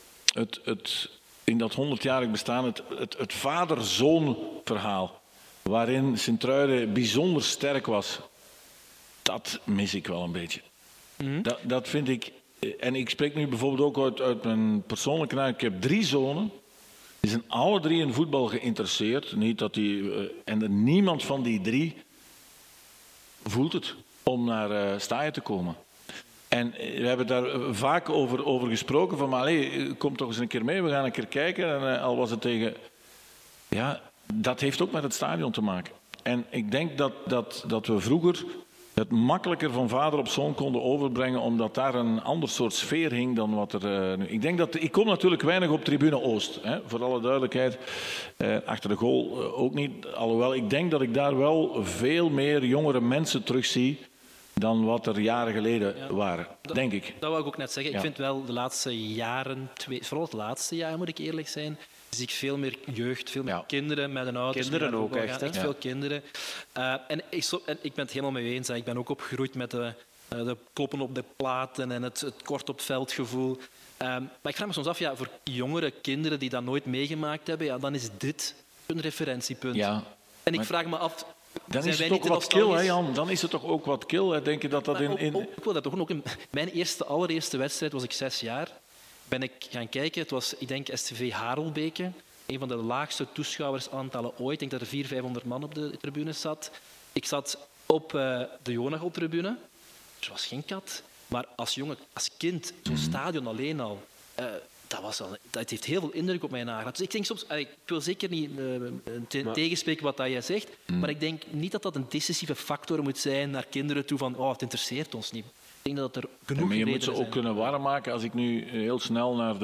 in dat 100-jarig bestaan het vader-zoon verhaal, waarin Sint-Truiden bijzonder sterk was, dat mis ik wel een beetje. Mm-hmm. Dat vind ik... En ik spreek nu bijvoorbeeld ook uit mijn persoonlijke naam. Ik heb 3 zonen. Die zijn alle 3 in voetbal geïnteresseerd. Niet dat en niemand van die 3 voelt het om naar Staaien te komen. En we hebben daar vaak over gesproken. Van, maar kom toch eens een keer mee. We gaan een keer kijken. En al was het tegen... Ja, dat heeft ook met het stadion te maken. En ik denk dat we vroeger het makkelijker van vader op zoon konden overbrengen, omdat daar een ander soort sfeer hing dan wat er nu... Ik kom natuurlijk weinig op tribune Oost, hè, voor alle duidelijkheid. Achter de goal ook niet. Alhoewel, ik denk dat ik daar wel veel meer jongere mensen terugzie dan wat er jaren geleden waren, denk ik. Dat wou ik ook net zeggen. Ik vind wel de laatste jaren, vooral het laatste jaar moet ik eerlijk zijn, zie ik veel meer jeugd, veel meer kinderen met een ouders. Kinderen ook echt. Echt veel kinderen. En ik ben het helemaal mee eens. Ik ben ook opgegroeid met de kloppen op de platen en het kort op het veld gevoel. Maar ik vraag me soms af, voor jongere kinderen die dat nooit meegemaakt hebben, dan is dit een referentiepunt. Ja, en ik vraag me af... Dan is het toch wat kil, hè Jan? Dan is het toch ook wat kil, hè? Denk je dat ik wil dat toch ook... Mijn allereerste wedstrijd was ik 6 jaar. Ben ik gaan kijken. Het was, ik denk, STV Harelbeke. Een van de laagste toeschouwersaantallen ooit. Ik denk dat er 400-500 man op de tribune zat. Ik zat op de Jonagel-tribune. Er was geen kat. Maar als kind, zo'n stadion alleen al... dat heeft heel veel indruk op mij nagelaten. Dus ik denk soms... Ik wil zeker niet tegenspreken wat jij zegt. Maar ik denk niet dat dat een decisieve factor moet zijn naar kinderen toe van... het interesseert ons niet. Ik denk dat er genoeg maar je moet ze zijn. ook kunnen warm maken. Als ik nu heel snel naar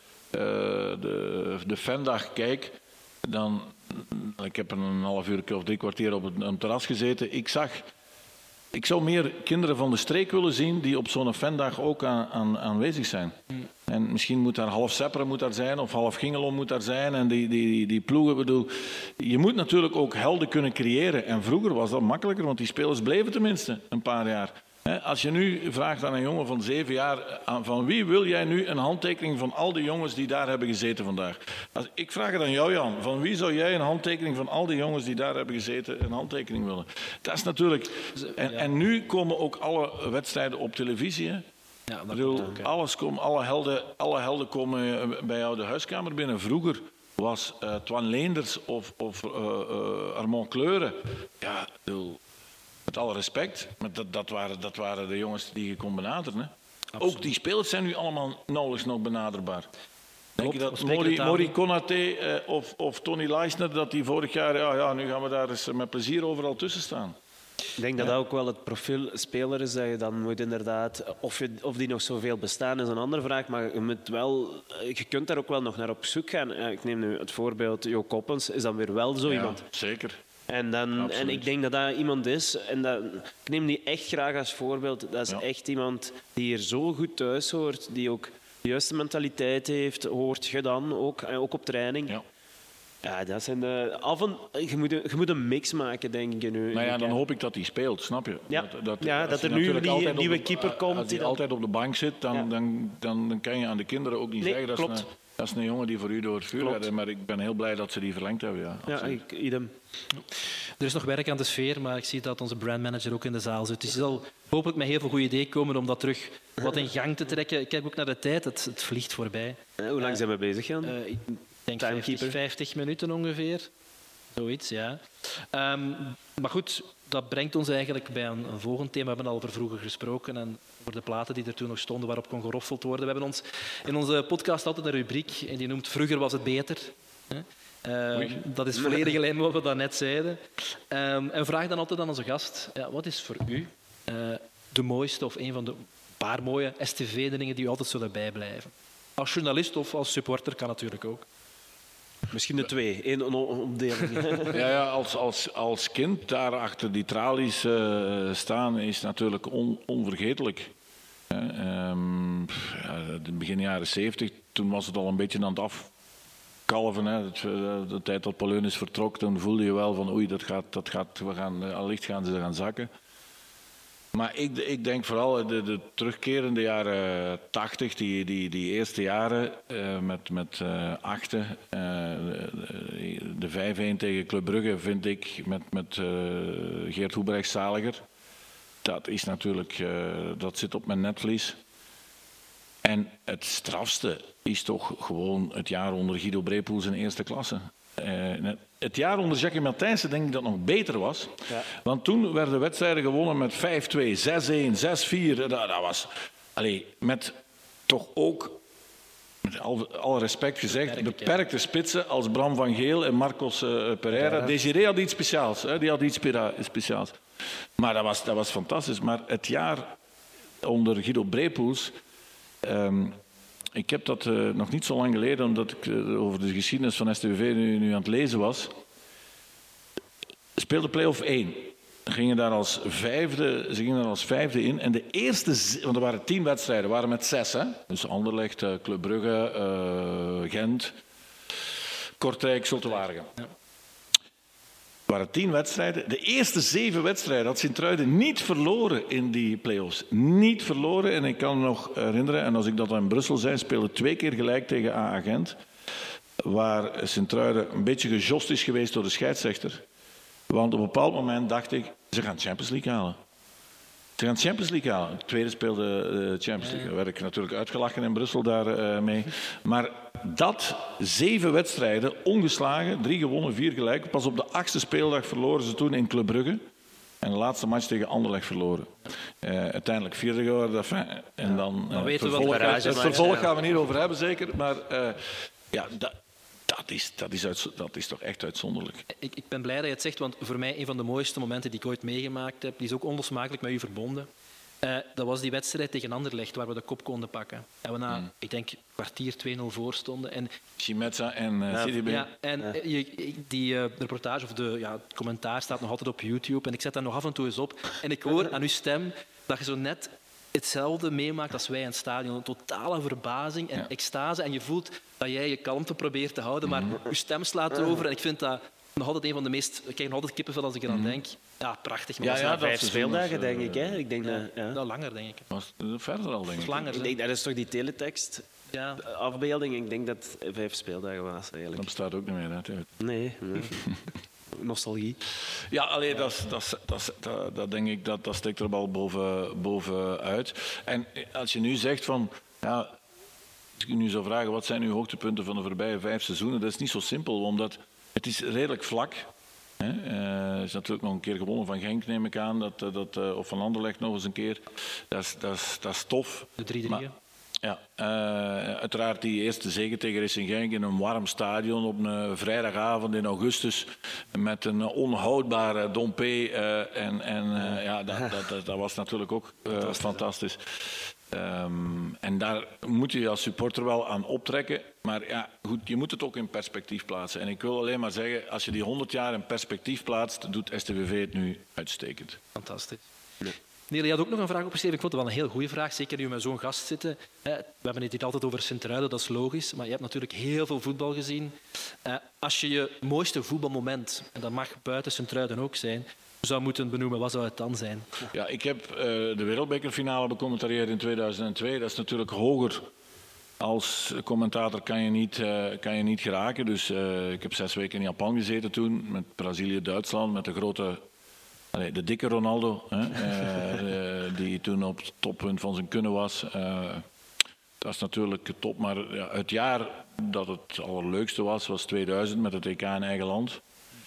de fandag kijk, dan... Ik heb een half uur of 3 kwartier op een terras gezeten. Ik zou meer kinderen van de streek willen zien die op zo'n fandag ook aanwezig zijn. En misschien moet daar half Sepperen zijn of half Gingelo moet daar zijn. En die ploegen, bedoel... Je moet natuurlijk ook helden kunnen creëren. En vroeger was dat makkelijker, want die spelers bleven tenminste een paar jaar. Als je nu vraagt aan een jongen van 7 jaar, van wie wil jij nu een handtekening van al die jongens die daar hebben gezeten vandaag? Ik vraag het aan jou, Jan. Van wie zou jij een handtekening van al die jongens die daar hebben gezeten een handtekening willen? Dat is natuurlijk... En nu komen ook alle wedstrijden op televisie. Hè? Ja, dat bedoel, alle helden komen bij jou de huiskamer binnen. Vroeger was Twan Leenders of Armand Kleuren. Ja, bedoel... Met alle respect, maar dat waren de jongens die je kon benaderen. Hè. Ook die spelers zijn nu allemaal nauwelijks nog benaderbaar. Denk je dat Mori Konaté of Tony Leisner, dat die vorig jaar... nu gaan we daar eens met plezier overal tussen staan. Ik denk dat dat ook wel het profiel speler is dat je dan moet inderdaad... Of die nog zoveel bestaan is een andere vraag, maar je kunt daar ook wel nog naar op zoek gaan. Ik neem nu het voorbeeld, Jo Koppens is dan weer wel zo iemand. Zeker. En ik denk dat dat iemand is, ik neem die echt graag als voorbeeld, dat is echt iemand die hier zo goed thuis hoort, die ook de juiste mentaliteit heeft, hoort je dan ook op training. Ja. Ja, dat zijn je moet een mix maken, denk ik. Nu. Maar ja, dan hoop ik dat hij speelt, snap je? Ja. Als Dat je er nu natuurlijk een nieuwe keeper komt. Als hij altijd op de bank zit, dan kan je aan de kinderen ook niet zeggen dat is een jongen die voor u door het vuur gaat. Maar ik ben heel blij dat ze die verlengd hebben. Ja, idem. Er is nog werk aan de sfeer, maar ik zie dat onze brandmanager ook in de zaal zit. Dus hij zal hopelijk met heel veel goede ideeën komen om dat terug wat in gang te trekken. Ik kijk ook naar de tijd, het vliegt voorbij. Hoe lang zijn we bezig, Jan? Ik denk 50 minuten ongeveer. Zoiets, ja. Maar goed, dat brengt ons eigenlijk bij een volgend thema. We hebben al over vroeger gesproken en over de platen die er toen nog stonden waarop kon geroffeld worden. We hebben in onze podcast altijd een rubriek en die noemt Vroeger was het beter. Dat is volledig in lijn met wat we daarnet zeiden. En we vragen dan altijd aan onze gast, wat is voor u de mooiste of een van de paar mooie STV-dingen die u altijd zullen bijblijven? Als journalist of als supporter kan natuurlijk ook. Misschien de twee, één opdeling. Ja, als kind daar achter die tralies staan is natuurlijk onvergetelijk. Begin jaren 70, toen was het al een beetje aan het afkalven. De tijd dat Pauleunis vertrok, toen voelde je wel van oei, allicht gaan ze gaan zakken. Maar ik denk vooral de terugkerende jaren 80, die eerste jaren met achten. De 5-1 tegen Club Brugge vind ik met Geert Hoebrechts zaliger. Dat is natuurlijk, dat zit op mijn netvlies. En het strafste is toch gewoon het jaar onder Guido Brepoels in eerste klasse. Het jaar onder Jackie Matthijssen denk ik dat nog beter was. Ja. Want toen werden wedstrijden gewonnen met 5-2, 6-1, 6-4. Dat was met toch ook, met alle respect gezegd, beperkte spitsen als Bram van Geel en Marcos Pereira. Ja. Desiré had iets speciaals. Die had iets speciaals. Maar dat was fantastisch. Maar het jaar onder Guido Brepoels... ik heb dat nog niet zo lang geleden, omdat ik over de geschiedenis van STVV nu aan het lezen was. Speelde play-off 1. Ze gingen daar als vijfde in. En de eerste, want er waren 10 wedstrijden, waren met 6. Hè? Dus Anderlecht, Club Brugge, Gent, Kortrijk, Zulte Waregem. Ja. Er waren 10 wedstrijden. De eerste 7 wedstrijden had Sint-Truiden niet verloren in die play-offs. Niet verloren. En ik kan me nog herinneren, en als ik dat in Brussel zei, speelde 2 keer gelijk tegen AA Gent. Waar Sint-Truiden een beetje gejost is geweest door de scheidsrechter. Want op een bepaald moment dacht ik, ze gaan Champions League halen. Ze gaan Champions League halen. De tweede speelde Champions League. Daar werd ik natuurlijk uitgelachen in Brussel daarmee. Maar dat 7 wedstrijden, ongeslagen, 3 gewonnen, 4 gelijk. Pas op de 8e speeldag verloren ze toen in Club Brugge. En de laatste match tegen Anderlecht verloren. Uiteindelijk 4e geworden. En dan het vervolg gaan we niet over hebben, zeker. Maar dat is toch echt uitzonderlijk. Ik ben blij dat je het zegt, want voor mij een van de mooiste momenten die ik ooit meegemaakt heb, die is ook onlosmakelijk met u verbonden. Dat was die wedstrijd tegen Anderlecht, waar we de kop konden pakken. En we na, ik denk, kwartier 2-0 voor stonden. En Chimetza en CDB. Ja, en die reportage, of het commentaar staat nog altijd op YouTube. En ik zet dat nog af en toe eens op. En ik hoor aan uw stem dat je zo net hetzelfde meemaakt als wij in het stadion. Een totale verbazing en extase. En je voelt dat jij je kalmte probeert te houden, maar je stem slaat over. En ik vind dat nog altijd een van de meest... Ik krijg nog altijd kippenvel als ik eraan denk. Ja, prachtig. Maar dat 5 speeldagen, denk ik. Hè? Ik denk dat langer, denk ik. Was verder al, denk ik. Langer, ik denk, dat is toch die teletext? Ja. Afbeelding, ik denk dat het 5 speeldagen was. Eigenlijk. Dat bestaat ook niet meer. Hè? Nee. Nostalgie. Ja, alleen dat denk ik, dat steekt er wel bovenuit. En als je nu zegt van... Ja, als ik u nu zou vragen, wat zijn uw hoogtepunten van de voorbije 5 seizoenen? Dat is niet zo simpel, omdat het is redelijk vlak. Er is natuurlijk nog een keer gewonnen van Genk, neem ik aan. Of van Anderlecht nog eens een keer. Dat is tof. De 3-3. Ja, uiteraard die eerste zege tegen Racing Genk in een warm stadion op een vrijdagavond in augustus met een onhoudbare Dompe. Dat was natuurlijk ook fantastisch. En daar moet je als supporter wel aan optrekken. Maar ja, goed, je moet het ook in perspectief plaatsen. En ik wil alleen maar zeggen, als je die 100 jaar in perspectief plaatst, doet STVV het nu uitstekend. Fantastisch. Neil, je had ook nog een vraag opgeschreven. Ik vond het wel een heel goede vraag, zeker nu we met zo'n gast zitten. We hebben het hier altijd over Sint-Truiden, dat is logisch. Maar je hebt natuurlijk heel veel voetbal gezien. Als je je mooiste voetbalmoment, en dat mag buiten Sint-Truiden ook zijn, zou moeten benoemen, wat zou het dan zijn? Ja, ik heb de wereldbekerfinale becommentarieerd in 2002. Dat is natuurlijk hoger. Als commentator kan je niet geraken. Dus ik heb 6 weken in Japan gezeten toen, met Brazilië-Duitsland, met de dikke Ronaldo, die toen op het toppunt van zijn kunnen was. Dat is natuurlijk top, maar ja, het jaar dat het allerleukste was 2000 met het EK in eigen land.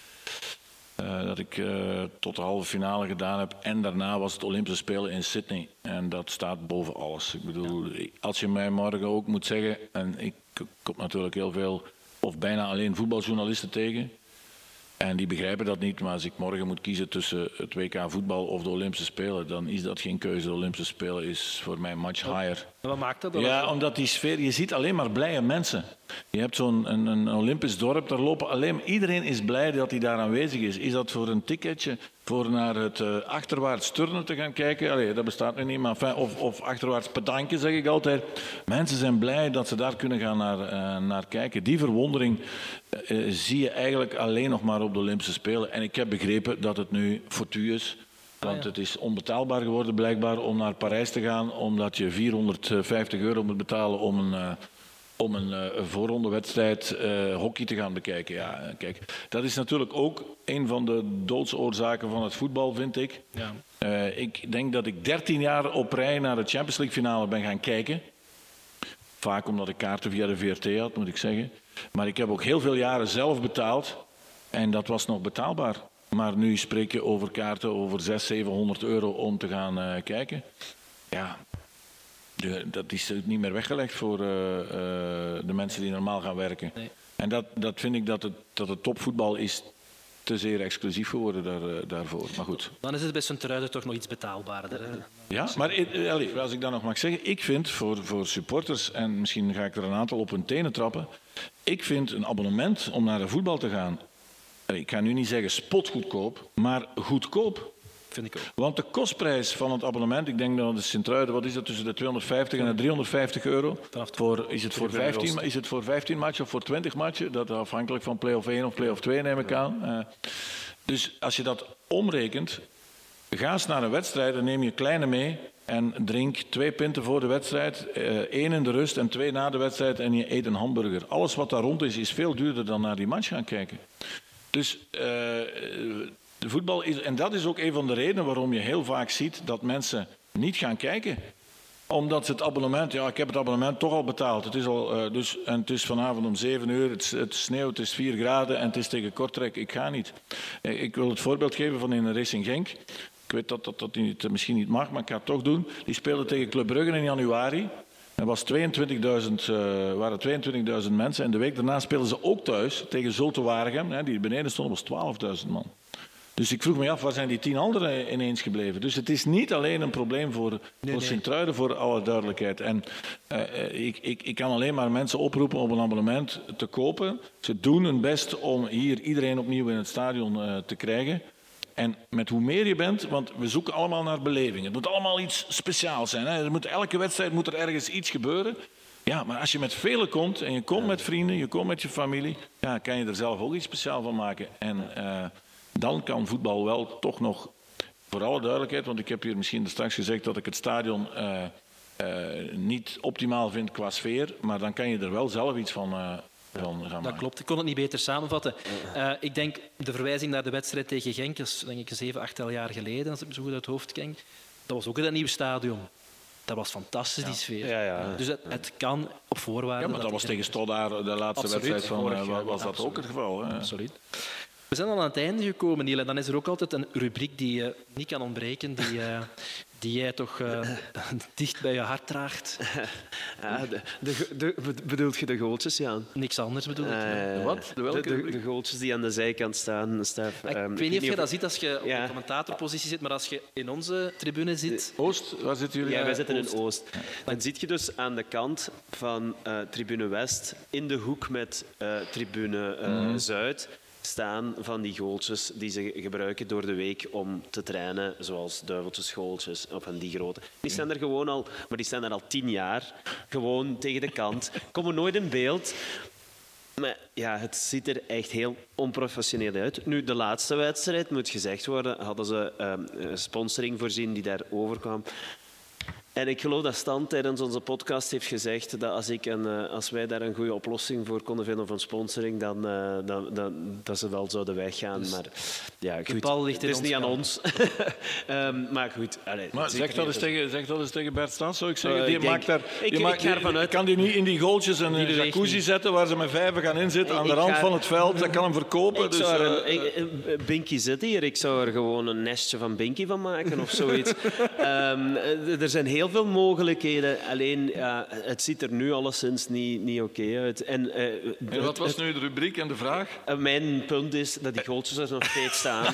Dat ik tot de halve finale gedaan heb. En daarna was het Olympische Spelen in Sydney. En dat staat boven alles. Ik bedoel, als je mij morgen ook moet zeggen... En ik kom natuurlijk heel veel, of bijna alleen voetbaljournalisten tegen. En die begrijpen dat niet. Maar als ik morgen moet kiezen tussen het WK voetbal of de Olympische Spelen... dan is dat geen keuze. De Olympische Spelen is voor mij much higher. En wat maakt dat dan? Ja, omdat die sfeer... Je ziet alleen maar blije mensen. Je hebt een Olympisch dorp, daar lopen iedereen is blij dat hij daar aanwezig is. Is dat voor een ticketje, voor naar het achterwaarts turnen te gaan kijken? Allee, dat bestaat nu niet, maar of achterwaarts pedanken, zeg ik altijd. Mensen zijn blij dat ze daar kunnen gaan naar kijken. Die verwondering zie je eigenlijk alleen nog maar op de Olympische Spelen. En ik heb begrepen dat het nu fortuit is. Want het is onbetaalbaar geworden blijkbaar om naar Parijs te gaan, omdat je €450 moet betalen om een voorrondewedstrijd hockey te gaan bekijken. Ja, kijk, dat is natuurlijk ook een van de doodsoorzaken van het voetbal, vind ik. Ja. Ik denk dat ik 13 jaar op rij naar de Champions League finale ben gaan kijken. Vaak omdat ik kaarten via de VRT had, moet ik zeggen. Maar ik heb ook heel veel jaren zelf betaald. En dat was nog betaalbaar. Maar nu spreek je over kaarten over €600-700 om te gaan kijken. Ja... dat is niet meer weggelegd voor de mensen die normaal gaan werken. Nee. En dat vind ik dat het topvoetbal is te zeer exclusief geworden daarvoor. Maar goed. Dan is het bij Sint-Truiden toch nog iets betaalbaarder. Hè? Ja, maar als ik dat nog mag zeggen, ik vind voor supporters, en misschien ga ik er een aantal op hun tenen trappen, ik vind een abonnement om naar de voetbal te gaan, ik ga nu niet zeggen spotgoedkoop, maar goedkoop. Vind ik ook. Want de kostprijs van het abonnement, ik denk dat de Sint-Truiden, wat is dat, tussen de €250 en de €350? Is het voor 15 matchen of voor 20 matchen? Dat is afhankelijk van play-off 1 of play-off 2, neem ik aan. Dus als je dat omrekent, ga eens naar een wedstrijd en neem je kleine mee en drink 2 pinten voor de wedstrijd, 1 in de rust en 2 na de wedstrijd en je eet een hamburger. Alles wat daar rond is veel duurder dan naar die match gaan kijken. Dus... de voetbal is, en dat is ook een van de redenen waarom je heel vaak ziet dat mensen niet gaan kijken. Omdat ze het abonnement, ik heb het abonnement toch al betaald. Het is en het is vanavond om 7 uur, het sneeuwt, het is 4 graden en het is tegen Kortrijk. Ik ga niet. Ik wil het voorbeeld geven van in Racing Genk. Ik weet dat misschien niet mag, maar ik ga het toch doen. Die speelden tegen Club Brugge in januari. Er waren 22.000 mensen en de week daarna speelden ze ook thuis tegen Zulte Waregem. Die beneden stonden, was 12.000 man. Dus ik vroeg me af, waar zijn die 10 anderen ineens gebleven? Dus het is niet alleen een probleem voor Sint-Truiden, voor alle duidelijkheid. En ik kan alleen maar mensen oproepen om een abonnement te kopen. Ze doen hun best om hier iedereen opnieuw in het stadion te krijgen. En met hoe meer je bent, want we zoeken allemaal naar beleving. Het moet allemaal iets speciaals zijn. Hè? Elke wedstrijd moet er ergens iets gebeuren. Ja, maar als je met velen komt en je komt met vrienden, je komt met je familie, ja, kan je er zelf ook iets speciaals van maken. En dan kan voetbal wel toch nog, voor alle duidelijkheid, want ik heb hier misschien straks gezegd dat ik het stadion niet optimaal vind qua sfeer, maar dan kan je er wel zelf iets van gaan maken. Dat klopt, ik kon het niet beter samenvatten. Ik denk, de verwijzing naar de wedstrijd tegen Genk, dat is denk ik 7, 8 jaar geleden, als ik me zo goed uit het hoofd ken. Dat was ook in dat nieuwe stadion. Dat was fantasie, die sfeer. Ja. Dus het kan op voorwaarden. Ja, maar dat was tegen Stoddaar, de laatste wedstrijd van was dat ook het geval. Hè? Absoluut. We zijn al aan het einde gekomen, Niel. En dan is er ook altijd een rubriek die niet kan ontbreken, die jij toch dicht bij je hart draagt. Bedoelt je de goaltjes, Jan? Niks anders bedoel ik. Wat? De goaltjes die aan de zijkant staan. Stef, ik weet niet of je dat ziet als je op de commentatorpositie zit, maar als je in onze tribune zit... Oost, waar zitten jullie? Ja, wij zitten in Oost. Dan zie je dus aan de kant van tribune West, in de hoek met tribune Zuid, staan van die goaltjes die ze gebruiken door de week om te trainen, zoals duiveltjesgoaltjes van die grote. Die staan er gewoon al, maar die staan er al 10 jaar, gewoon tegen de kant, komen nooit in beeld. Maar ja, het ziet er echt heel onprofessioneel uit. Nu, de laatste wedstrijd, moet gezegd worden, hadden ze sponsoring voorzien die daar overkwam. En ik geloof dat Stan tijdens onze podcast heeft gezegd dat als wij daar een goede oplossing voor konden vinden of een sponsoring, dat ze wel zouden weggaan. Dus maar ja, goed, het is niet aan ons. Maar goed. Maar zeg dat eens tegen Bert Staes, zou ik zeggen. Ik kan die niet in die goaltjes en een jacuzzi zetten waar ze met 5 gaan inzitten aan de rand van het veld. Dat kan hem verkopen. Binky zit hier. Ik zou er gewoon een nestje van Binky van maken of zoiets. Er zijn heel veel mogelijkheden, alleen het ziet er nu alleszins niet oké uit. En wat was nu de rubriek en de vraag? Mijn punt is dat die goaltjes er nog steeds staan.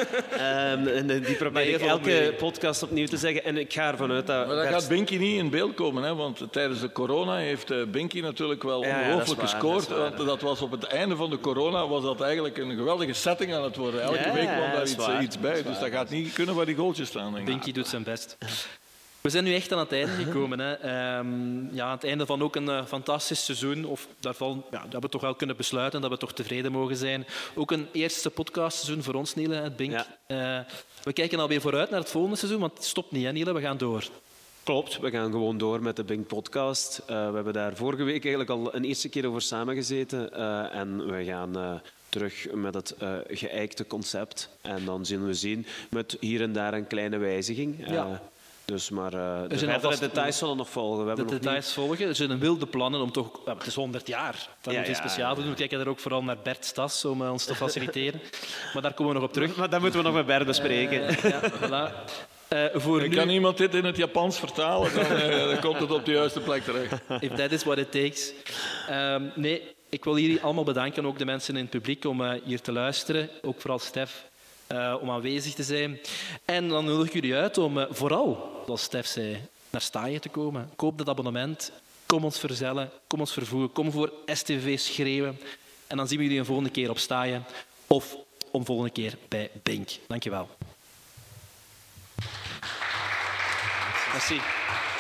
En die probeer ik elke podcast opnieuw te zeggen. En ik ga ervan uit dat... Maar dan gaat Binky niet in beeld komen, hè? Want tijdens de corona heeft Binky natuurlijk wel ongelooflijk gescoord. Want dat was op het einde van de corona was dat eigenlijk een geweldige setting aan het worden. Elke week kwam daar iets bij. Dus dat gaat niet kunnen waar die goaltjes staan. Denk ik. Binky doet zijn best. We zijn nu echt aan het einde gekomen. Hè. Aan het einde van ook een fantastisch seizoen. Of daarvan dat we toch wel kunnen besluiten dat we toch tevreden mogen zijn. Ook een eerste podcastseizoen voor ons, Niele, het Bink. Ja. We kijken alweer vooruit naar het volgende seizoen, want het stopt niet, hè, Niele? We gaan door. Klopt, we gaan gewoon door met de Bink-podcast. We hebben daar vorige week eigenlijk al een eerste keer over samengezeten. En we gaan... terug met het geëikte concept. En dan zullen we zien met hier en daar een kleine wijziging. Dus maar de verdere details zullen nog volgen. De details volgen. Er zijn wilde plannen om toch... het is 100 jaar. Dat moet iets speciaals doen. We kijken daar ook vooral naar Bert Staes om ons te faciliteren. Maar daar komen we nog op terug. Maar dat moeten we nog met Bert bespreken. Voilà. Kan iemand dit in het Japans vertalen? Dan komt het op de juiste plek terecht. If that is what it takes. Ik wil jullie allemaal bedanken, ook de mensen in het publiek, om hier te luisteren. Ook vooral Stef, om aanwezig te zijn. En dan nodig ik jullie uit om vooral, zoals Stef zei, naar Staaien te komen. Koop dat abonnement. Kom ons verzellen. Kom ons vervoegen. Kom voor STVV schreeuwen. En dan zien we jullie een volgende keer op Staaien. Of een volgende keer bij Bink. Dank je wel. Merci.